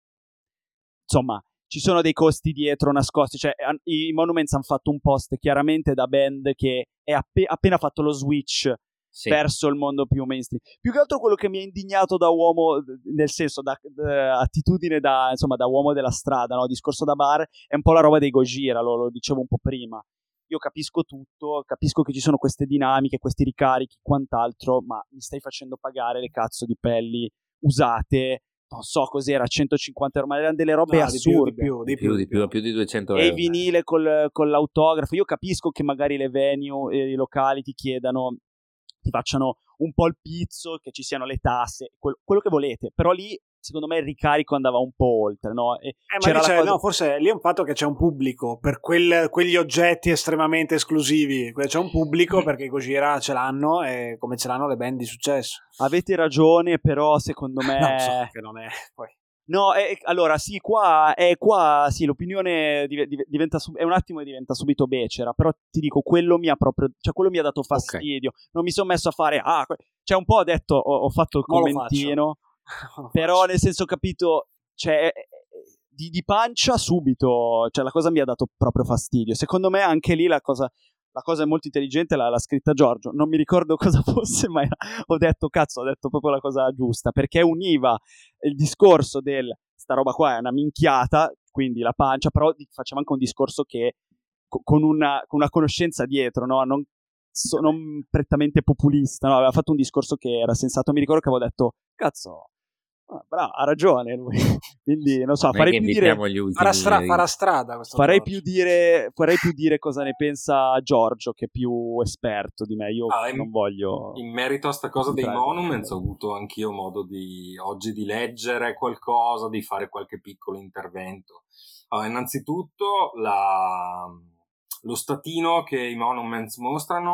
insomma ci sono dei costi dietro nascosti, cioè i Monuments hanno fatto un post chiaramente da band che è appe- appena fatto lo switch sì. verso il mondo più mainstream. Più che altro quello che mi ha indignato da uomo, nel senso da, da attitudine da insomma da uomo della strada, no? Discorso da bar, è un po' la roba dei Gojira, lo, lo dicevo un po' prima. Io capisco tutto, capisco che ci sono queste dinamiche, questi ricarichi, quant'altro, ma mi stai facendo pagare le cazzo di pelli usate, non so cos'era, centocinquanta euro, ma erano delle robe no, assurde. Di più, di più, di più, di più, più di duecento euro. E il vinile col, con l'autografo, io capisco che magari le venue e i locali ti chiedano, ti facciano un po' il pizzo, che ci siano le tasse, quello, quello che volete, però lì secondo me il ricarico andava un po' oltre, no? E eh, ma lì c'è, cosa... no, forse lì è un fatto che c'è un pubblico per quel, quegli oggetti estremamente esclusivi, c'è un pubblico perché i Gojira ce l'hanno e come ce l'hanno le band di successo. Avete ragione, però secondo me no, so che non è poi. No, è, allora sì, qua, è, qua sì, l'opinione diventa è un attimo e diventa subito becera, però ti dico, quello mi ha proprio, cioè quello mi ha dato fastidio, okay. Non mi sono messo a fare, ah, cioè un po' ho detto, ho, ho fatto il non commentino, però nel senso capito, cioè di, di pancia subito, cioè la cosa mi ha dato proprio fastidio, secondo me anche lì la cosa... La cosa è molto intelligente, l'ha, l'ha scritta Giorgio. Non mi ricordo cosa fosse, ma ho detto, cazzo, ho detto proprio la cosa giusta, perché univa il discorso del sta roba qua è una minchiata, quindi la pancia, però facciamo anche un discorso che con una, con una conoscenza dietro, no? Non, so, non prettamente populista, no? Aveva fatto un discorso che era sensato. Mi ricordo che avevo detto, cazzo, ah, bravo, ha ragione lui. Quindi non so, farei più dire farà, stra- farà strada questo farei più dire farei più dire cosa ne pensa Giorgio, che è più esperto di me. Io ah, non in, voglio in merito a sta cosa dei Monuments ho avuto anch'io modo di oggi di leggere qualcosa, di fare qualche piccolo intervento. Allora, innanzitutto la, lo statino che i Monuments mostrano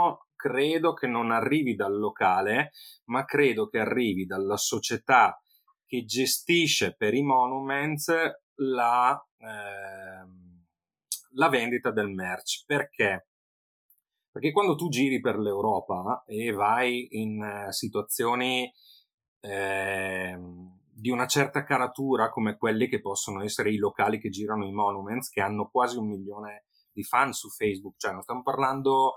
credo che non arrivi dal locale, ma credo che arrivi dalla società che gestisce per i monuments la, eh, la vendita del merch. Perché? Perché quando tu giri per l'Europa e vai in uh, situazioni eh, di una certa caratura, come quelli che possono essere i locali che girano i monuments, che hanno quasi un milione di fan su Facebook, cioè non stiamo parlando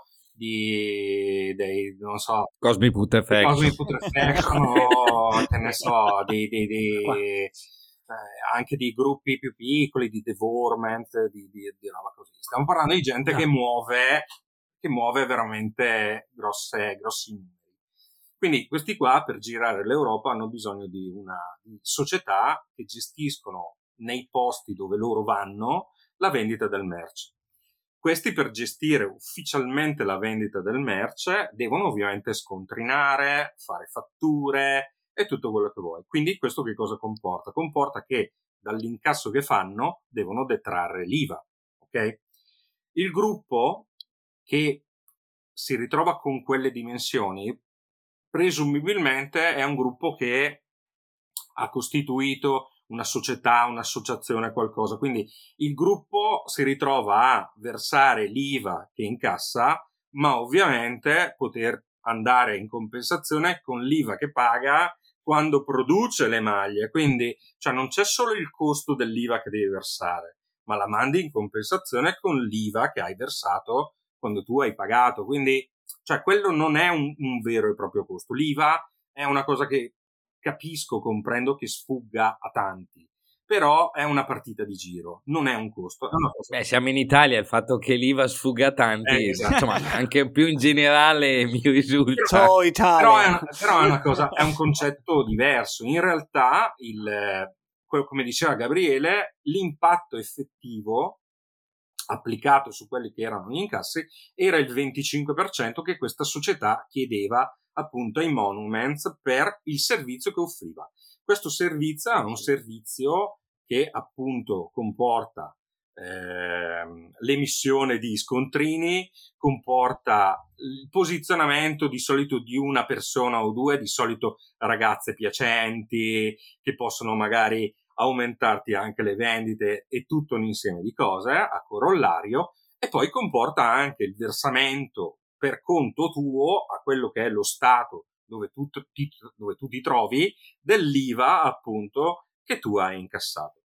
di dei, non so, Cosmi Putrefaction, Cosmi Putrefaction o che ne so, di, di, di eh, anche di gruppi più piccoli, di Devorment, di, di, di roba così. Stiamo parlando di gente no. che muove che muove veramente grosse, grossi numeri. Quindi questi qua per girare l'Europa hanno bisogno di una di società che gestiscono nei posti dove loro vanno la vendita del merch. Questi per gestire ufficialmente la vendita del merch devono ovviamente scontrinare, fare fatture e tutto quello che vuoi. Quindi questo che cosa comporta? Comporta che dall'incasso che fanno devono detrarre l'I V A, ok? Il gruppo che si ritrova con quelle dimensioni presumibilmente è un gruppo che ha costituito una società, un'associazione, qualcosa. Quindi il gruppo si ritrova a versare l'I V A che incassa, ma ovviamente poter andare in compensazione con l'I V A che paga quando produce le maglie. Quindi cioè, non c'è solo il costo dell'I V A che devi versare, ma la mandi in compensazione con l'I V A che hai versato quando tu hai pagato. Quindi cioè quello non è un, un vero e proprio costo. L'I V A è una cosa che capisco, comprendo che sfugga a tanti, però è una partita di giro, non è un costo. È una cosa. Beh, siamo in Italia, il fatto che l'I V A sfugga a tanti, eh, esatto. insomma, anche più in generale mi risulta. Ciao Italia. Però, è una, però è una cosa, è un concetto diverso. In realtà, il, come diceva Gabriele, l'impatto effettivo applicato su quelli che erano gli incassi era il venticinque per cento che questa società chiedeva appunto ai monuments per il servizio che offriva. Questo servizio è un servizio che appunto comporta eh, l'emissione di scontrini, comporta il posizionamento di solito di una persona o due, di solito ragazze piacenti che possono magari aumentarti anche le vendite e tutto un insieme di cose a corollario, e poi comporta anche il versamento per conto tuo a quello che è lo stato dove tu ti, dove tu ti trovi dell'I V A appunto che tu hai incassato.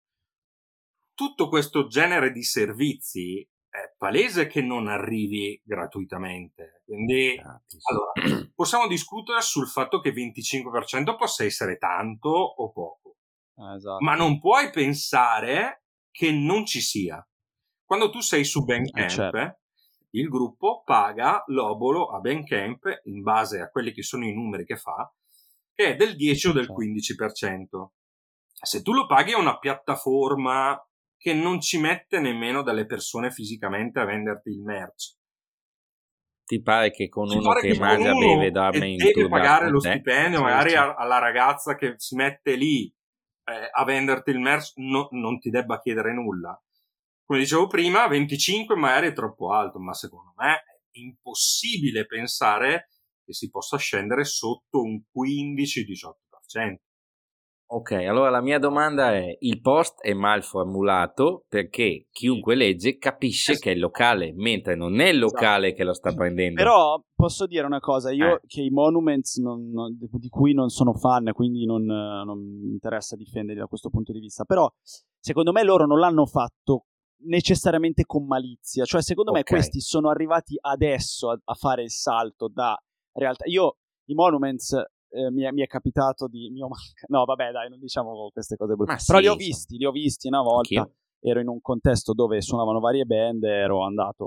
Tutto questo genere di servizi è palese che non arrivi gratuitamente, quindi allora, possiamo discutere sul fatto che venticinque per cento possa essere tanto o poco. Esatto. Ma non puoi pensare che non ci sia. Quando tu sei su Bandcamp, eh, certo. il gruppo paga l'obolo a Bandcamp in base a quelli che sono i numeri che fa, che è del dieci o del quindici per cento. Se tu lo paghi a una piattaforma che non ci mette nemmeno delle persone fisicamente a venderti il merch, ti pare che con Ti uno che, che mangia, beve, dorme in deve pagare lo te? stipendio sì, magari sì. alla ragazza che si mette lì eh, a venderti il merch, no, non ti debba chiedere nulla. Come dicevo prima, venticinque magari è troppo alto, ma secondo me è impossibile pensare che si possa scendere sotto un quindici diciotto per cento. Ok, allora la mia domanda è: il post è mal formulato perché chiunque legge capisce che è il locale, mentre non è il locale esatto. che lo sta prendendo. Però posso dire una cosa, io eh. che i monuments non, non, di cui non sono fan, quindi non, non mi interessa difenderli da questo punto di vista, però secondo me loro non l'hanno fatto necessariamente con malizia, cioè secondo okay. me questi sono arrivati adesso a, a fare il salto da realtà. Io i monuments eh, mi, è, mi è capitato di mio manca. No vabbè dai, non diciamo queste cose brutte. Però sì, li ho visti, li ho visti una volta. Anch'io. Ero in un contesto dove suonavano varie band, ero andato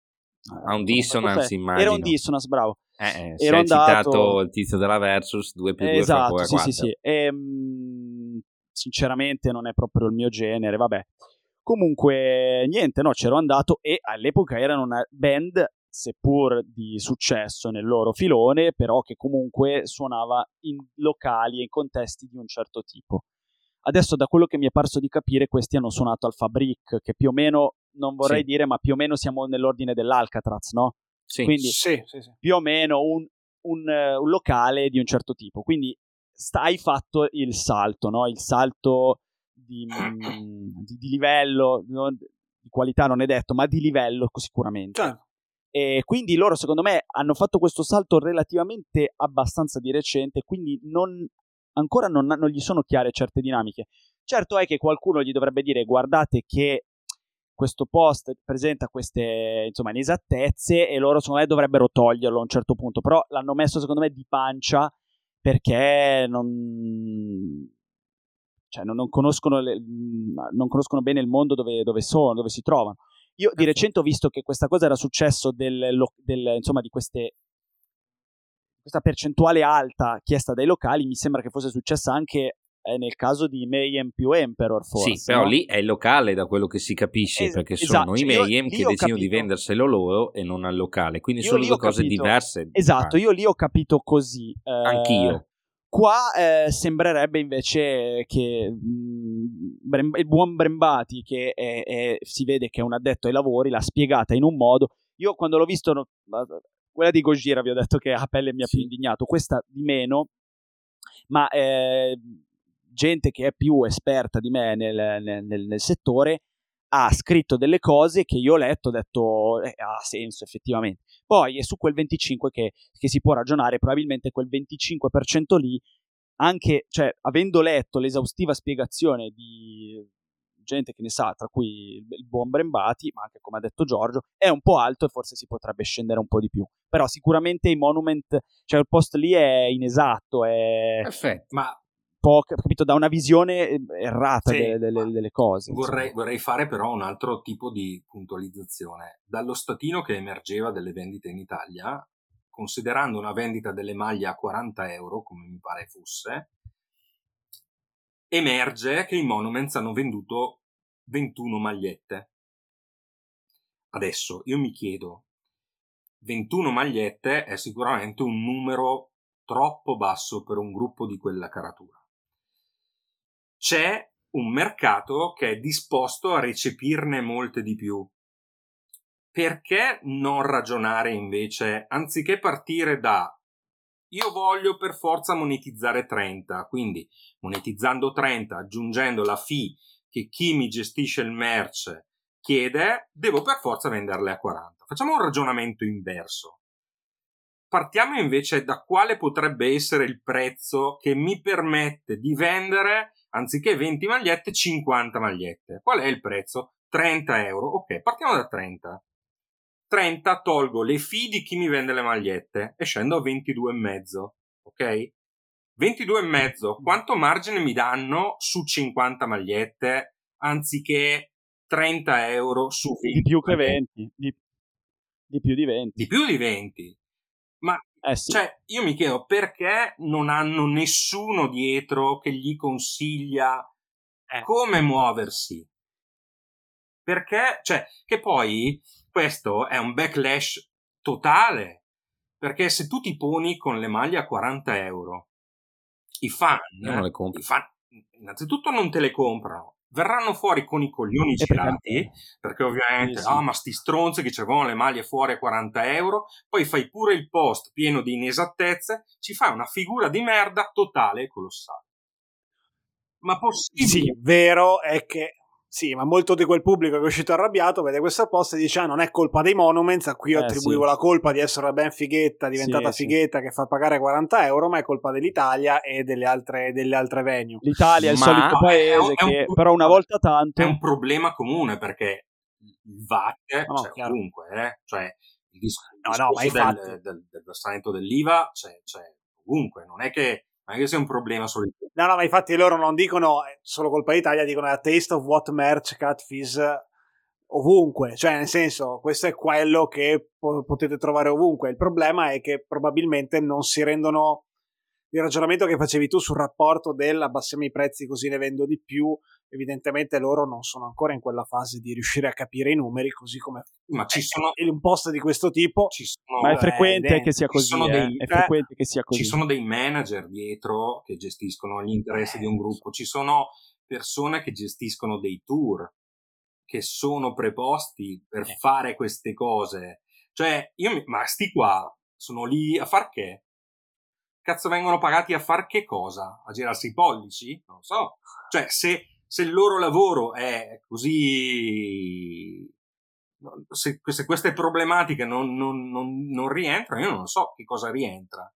a un Dissonance, immagino. Era un Dissonance, bravo. Eh, eh, ero andato... citato il tizio della Versus, due più due esatto, fa sì, quattro. sì, sì. E, mh, sinceramente non è proprio il mio genere, vabbè. Comunque, niente, no, c'ero andato e all'epoca erano una band, seppur di successo nel loro filone, però che comunque suonava in locali e in contesti di un certo tipo. Adesso, da quello che mi è parso di capire, questi hanno suonato al Fabric, che più o meno, non vorrei sì. dire, ma più o meno siamo nell'ordine dell'Alcatraz, no? Sì. Quindi sì, sì, sì. più o meno un, un, un locale di un certo tipo. Quindi sta, hai fatto il salto, no? Il salto di, di, di livello, no? Di qualità non è detto, ma di livello sicuramente. Certo. E quindi loro, secondo me, hanno fatto questo salto relativamente abbastanza di recente, quindi non, ancora non, non gli sono chiare certe dinamiche. Certo è che qualcuno gli dovrebbe dire: guardate che questo post presenta queste, insomma, inesattezze, e loro, secondo me, dovrebbero toglierlo a un certo punto. Però l'hanno messo, secondo me, di pancia, perché non, cioè, non, non, conoscono le, non conoscono bene il mondo dove, dove sono, dove si trovano. Io di recente ho visto che questa cosa era successo del, del, insomma, di queste, questa percentuale alta chiesta dai locali. Mi sembra che fosse successa anche eh, nel caso di Mayhem più Emperor, forse. Sì, però no? lì è il locale, da quello che si capisce, Es- perché esatto, sono cioè, i io- Mayhem lì che ho decidono di capito- venderselo loro e non al locale, quindi Io sono lì due ho cose capito- diverse. Esatto, Ah, io lì ho capito così. Eh, Anch'io. Qua eh, sembrerebbe invece che mh, Brem- il buon Brembati, che è, è- si vede che è un addetto ai lavori, l'ha spiegata in un modo. Io quando l'ho visto, no, quella di Gojira vi ho detto che a pelle mi ha Sì. più indignato, questa di meno, ma eh, gente che è più esperta di me nel, nel- nel- nel settore ha scritto delle cose che io ho letto, ho detto eh, ha senso effettivamente. Poi è su quel venticinque che, che si può ragionare, probabilmente quel venticinque per cento lì, anche, cioè, avendo letto l'esaustiva spiegazione di gente che ne sa, tra cui il, il buon Brembati, ma anche, come ha detto Giorgio, è un po' alto e forse si potrebbe scendere un po' di più. Però sicuramente i Monument, cioè il post lì è inesatto, è Perfetto. Ma po', capito, da una visione errata Sì, delle, delle, delle cose. vorrei, vorrei fare però un altro tipo di puntualizzazione. Dallo statino che emergeva delle vendite in Italia, considerando una vendita delle maglie a quaranta euro, come mi pare fosse, emerge che i Monuments hanno venduto ventuno magliette. Adesso io mi chiedo, ventuno magliette è sicuramente un numero troppo basso per un gruppo di quella caratura. C'è un mercato che è disposto a recepirne molte di più. Perché non ragionare invece, anziché partire da io voglio per forza monetizzare trenta, quindi monetizzando trenta, aggiungendo la fee che chi mi gestisce il merce chiede, devo per forza venderle a quaranta. Facciamo un ragionamento inverso. Partiamo invece da quale potrebbe essere il prezzo che mi permette di vendere, anziché venti magliette, cinquanta magliette. Qual è il prezzo? trenta euro. Ok, partiamo da trenta. trenta, tolgo le fee di chi mi vende le magliette e scendo a ventidue e mezzo. Ok? ventidue e mezzo. Quanto margine mi danno su cinquanta magliette anziché trenta euro su venti? Di più che venti, di, di più di venti. Di più di venti. Ma Eh sì. cioè, io mi chiedo perché non hanno nessuno dietro che gli consiglia Eh. come muoversi. Perché, cioè, che poi questo è un backlash totale. Perché se tu ti poni con le maglie a quaranta euro, i fan, Io non le compro. i fan innanzitutto non te le comprano. Verranno fuori con i coglioni E perché- girati, perché ovviamente, Sì, sì. ah, ma sti stronzi che c'avevano le maglie fuori a quaranta euro, poi fai pure il post pieno di inesattezze, ci fai una figura di merda totale e colossale. Ma possibile? Sì, vero è che sì, ma molto di quel pubblico che è uscito arrabbiato vede questo post e dice ah, non è colpa dei Monuments, a cui io Eh, attribuivo sì. la colpa di essere ben fighetta, diventata Sì, sì. fighetta che fa pagare quaranta euro, ma è colpa dell'Italia e delle altre, delle altre venue. L'Italia è il Ma- solito Ma è- è un- paese è un- che però una volta tanto È un problema comune perché il V A T No, no, c'è chiaro. ovunque, eh? Cioè il dis- il No, no, ma discorso infatti- del, del, del versamento dell'I V A c'è, c'è ovunque, non è che non è che sia un problema solo in No, no, ma infatti loro non dicono è solo colpa d'Italia, dicono a taste of what merch cat fees ovunque, cioè nel senso questo è quello che po- potete trovare ovunque. Il problema è che probabilmente non si rendono il ragionamento che facevi tu sul rapporto del abbassiamo i prezzi così ne vendo di più, evidentemente loro non sono ancora in quella fase di riuscire a capire i numeri, così come Ma ci sono, e un post di questo tipo ci sono, ma è eh, frequente evidente. che sia ci così, sono eh? dei- È eh, frequente che sia così. ci sono dei manager dietro che gestiscono gli interessi di un gruppo, ci sono persone che gestiscono dei tour che sono preposti per Eh. fare queste cose. Cioè, io mi, ma sti qua sono lì a far che? Cazzo vengono pagati a far che cosa? A girarsi i pollici? Non lo so. Cioè, se, se il loro lavoro è così... Se, se queste problematiche non, non, non, non rientrano, io non so che cosa rientra.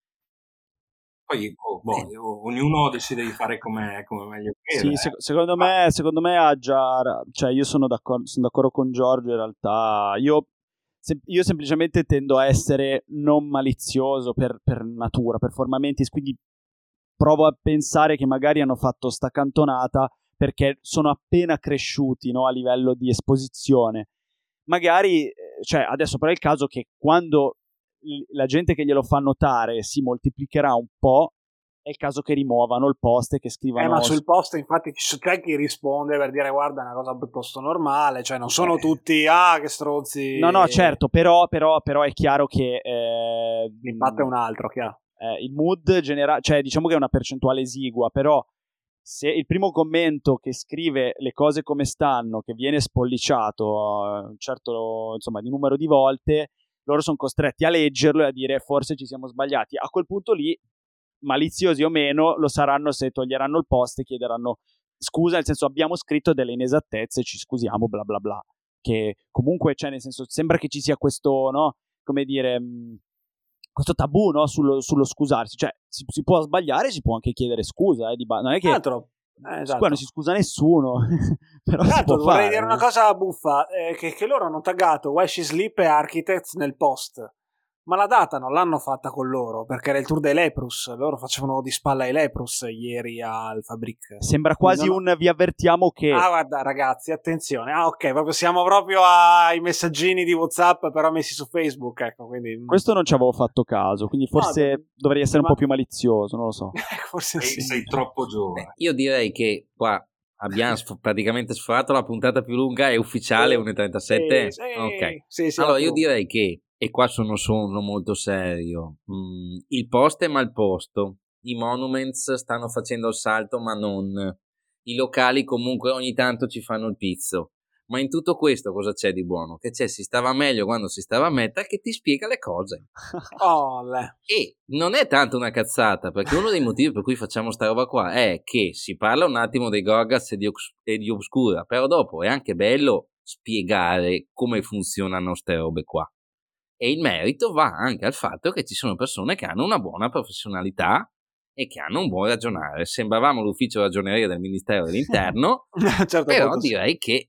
Poi oh, boh, eh. ognuno decide di fare come, come meglio crede. Sì, eh. se, secondo me, secondo me ha già, cioè io sono d'accordo, sono d'accordo con Giorgio. In realtà io, se, io semplicemente tendo a essere non malizioso per, per natura, per forma-mentis, quindi provo a pensare che magari hanno fatto sta cantonata perché sono appena cresciuti, no, a livello di esposizione. Magari, cioè adesso però è il caso che quando la gente che glielo fa notare si moltiplicherà un po', è il caso che rimuovano il post e che scrivano... Eh, ma sul post infatti c'è chi risponde per dire guarda, è una cosa piuttosto normale, cioè non sono eh. tutti, ah, che stronzi... No, no, certo, però, però, però è chiaro che... Eh, l'impatto è un altro, chiaro. Eh, il mood generale, cioè diciamo che è una percentuale esigua, però se il primo commento che scrive le cose come stanno, che viene spolliciato un certo, insomma, di numero di volte, loro sono costretti a leggerlo e a dire forse ci siamo sbagliati. A quel punto lì, maliziosi o meno, lo saranno se toglieranno il post e chiederanno scusa, nel senso abbiamo scritto delle inesattezze, ci scusiamo, bla bla bla. Che comunque, cioè, nel senso, sembra che ci sia questo, no? Come dire, mh, questo tabù, no? Sullo, sullo scusarsi. Cioè, si, si può sbagliare, si può anche chiedere scusa, eh, di ba- non è che... Altro. Eh, esatto. Qua non si scusa nessuno. Però esatto, si può vorrei fare. dire una cosa buffa, eh, che, che loro hanno taggato Why She Sleep e Architects nel post, ma la data non l'hanno fatta con loro perché era il tour dei Leprus, loro facevano di spalla ai Leprus ieri al Fabric. Sembra quasi non... un vi avvertiamo che... Ah, guarda ragazzi, attenzione, ah ok, proprio siamo proprio ai messaggini di WhatsApp però messi su Facebook, ecco, quindi... Questo non ci avevo fatto caso, quindi forse no, dovrei essere ma... un po' più malizioso, non lo so. Forse sei, sì. sei troppo giovane. Beh, io direi che qua abbiamo sf- praticamente sforato la puntata più lunga, è ufficiale, sì, uno e trentasette? Sì, ok. Sì, sì, allora io direi che, e qua sono, sono molto serio, mm, il post è mal posto, i monuments stanno facendo il salto ma non, i locali comunque ogni tanto ci fanno il pizzo, ma in tutto questo cosa c'è di buono? Che c'è, si stava meglio quando si stava a Metal, che ti spiega le cose. Oh, e non è tanto una cazzata, perché uno dei motivi per cui facciamo sta roba qua è che si parla un attimo dei Gorgaz e di, Ox- e di Obscura, però dopo è anche bello spiegare come funzionano ste robe qua, e il merito va anche al fatto che ci sono persone che hanno una buona professionalità e che hanno un buon ragionare. Sembravamo l'ufficio ragioneria del Ministero dell'Interno, certo, però direi sì. che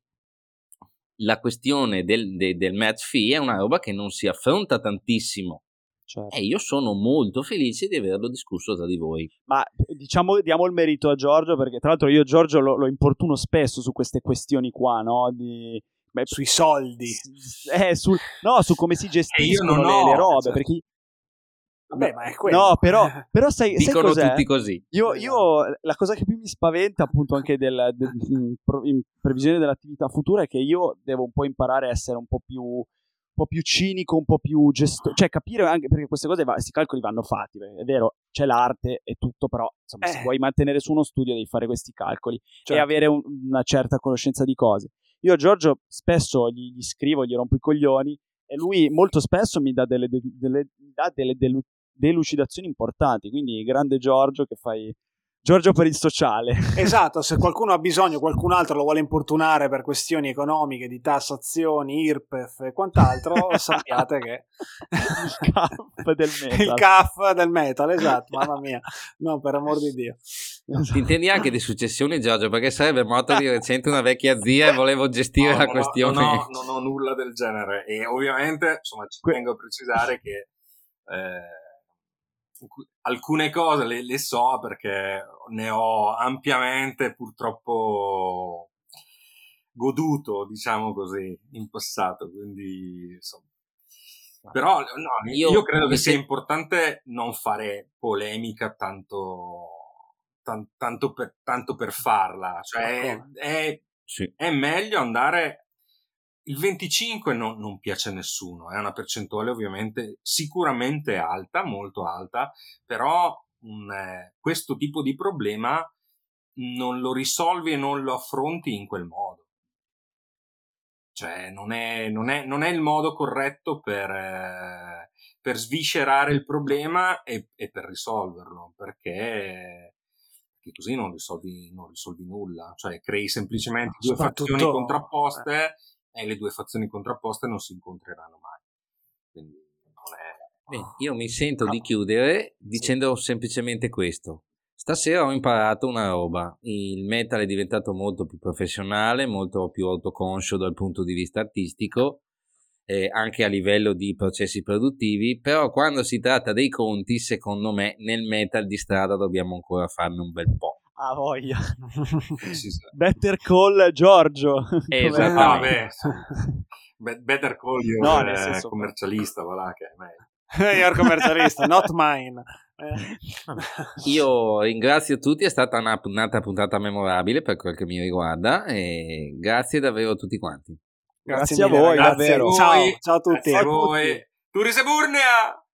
la questione del, de, del match fee è una roba che non si affronta tantissimo, certo. E io sono molto felice di averlo discusso tra di voi. Ma diciamo, diamo il merito a Giorgio, perché tra l'altro io Giorgio lo, lo importuno spesso su queste questioni qua, no? Di, beh, sui soldi, eh, sul, no, su come si gestiscono le, ho, le robe, certo. perché vabbè, ma è quello. No, però, però sai, dicono sai cos'è? tutti così. Io, io la cosa che più mi spaventa, appunto, anche del, del, in previsione dell'attività futura, è che io devo un po' imparare a essere un po' più, un po' più cinico, un po' più gesto, cioè capire anche perché queste cose, questi calcoli vanno fatti. È vero, c'è l'arte e tutto, però insomma, eh. se vuoi mantenere su uno studio devi fare questi calcoli, certo, e avere un, una certa conoscenza di cose. Io a Giorgio spesso gli, gli scrivo, gli rompo i coglioni, e lui molto spesso mi dà delle, delle, delle, dà delle, delle delucidazioni importanti, quindi grande Giorgio che fai Giorgio per il sociale. Esatto, se qualcuno ha bisogno, qualcun altro lo vuole importunare per questioni economiche, di tassazioni, I R P E F e quant'altro, sappiate che il C A F del metal. Il C A F del metal, esatto, mamma mia. No, per amor di Dio. Ti intendi anche di successioni, Giorgio, perché sarebbe morta di recente una vecchia zia e volevo gestire no, la non questione. Ho, non, ho, non ho nulla del genere, e ovviamente insomma ci que- tengo a precisare che eh, alcune cose le, le so perché ne ho ampiamente purtroppo goduto, diciamo così, in passato, quindi insomma. Però no, io, io credo che sia se... importante non fare polemica tanto, tan, tanto, per, tanto per farla, cioè è, sì. è meglio andare. Il venticinque non, non piace a nessuno, è una percentuale ovviamente sicuramente alta, molto alta, però mh, eh, questo tipo di problema non lo risolvi e non lo affronti in quel modo. cioè non è, non è, non è il modo corretto per, eh, per sviscerare il problema e, e per risolverlo, perché, perché così non risolvi, non risolvi nulla, cioè crei semplicemente due fazioni contrapposte e le due fazioni contrapposte non si incontreranno mai. Quindi non è... Beh, io mi sento di chiudere dicendo sì. semplicemente questo. Stasera ho imparato una roba, il metal è diventato molto più professionale, molto più autoconscio dal punto di vista artistico, eh, anche a livello di processi produttivi, però quando si tratta dei conti, secondo me, nel metal di strada dobbiamo ancora farne un bel po'. Ah, voglia. Better Call Giorgio. Esattamente. Be- better Call io no, nel senso commercialista, voilà, che è meglio. Io commercialista, not mine. Eh. Io ringrazio tutti, è stata una, un'altra puntata memorabile per quel che mi riguarda e grazie davvero a tutti quanti. Grazie, grazie a voi, ragazzi, davvero. Ciao, ciao a tutti. Grazie a voi. Turis e Burnia!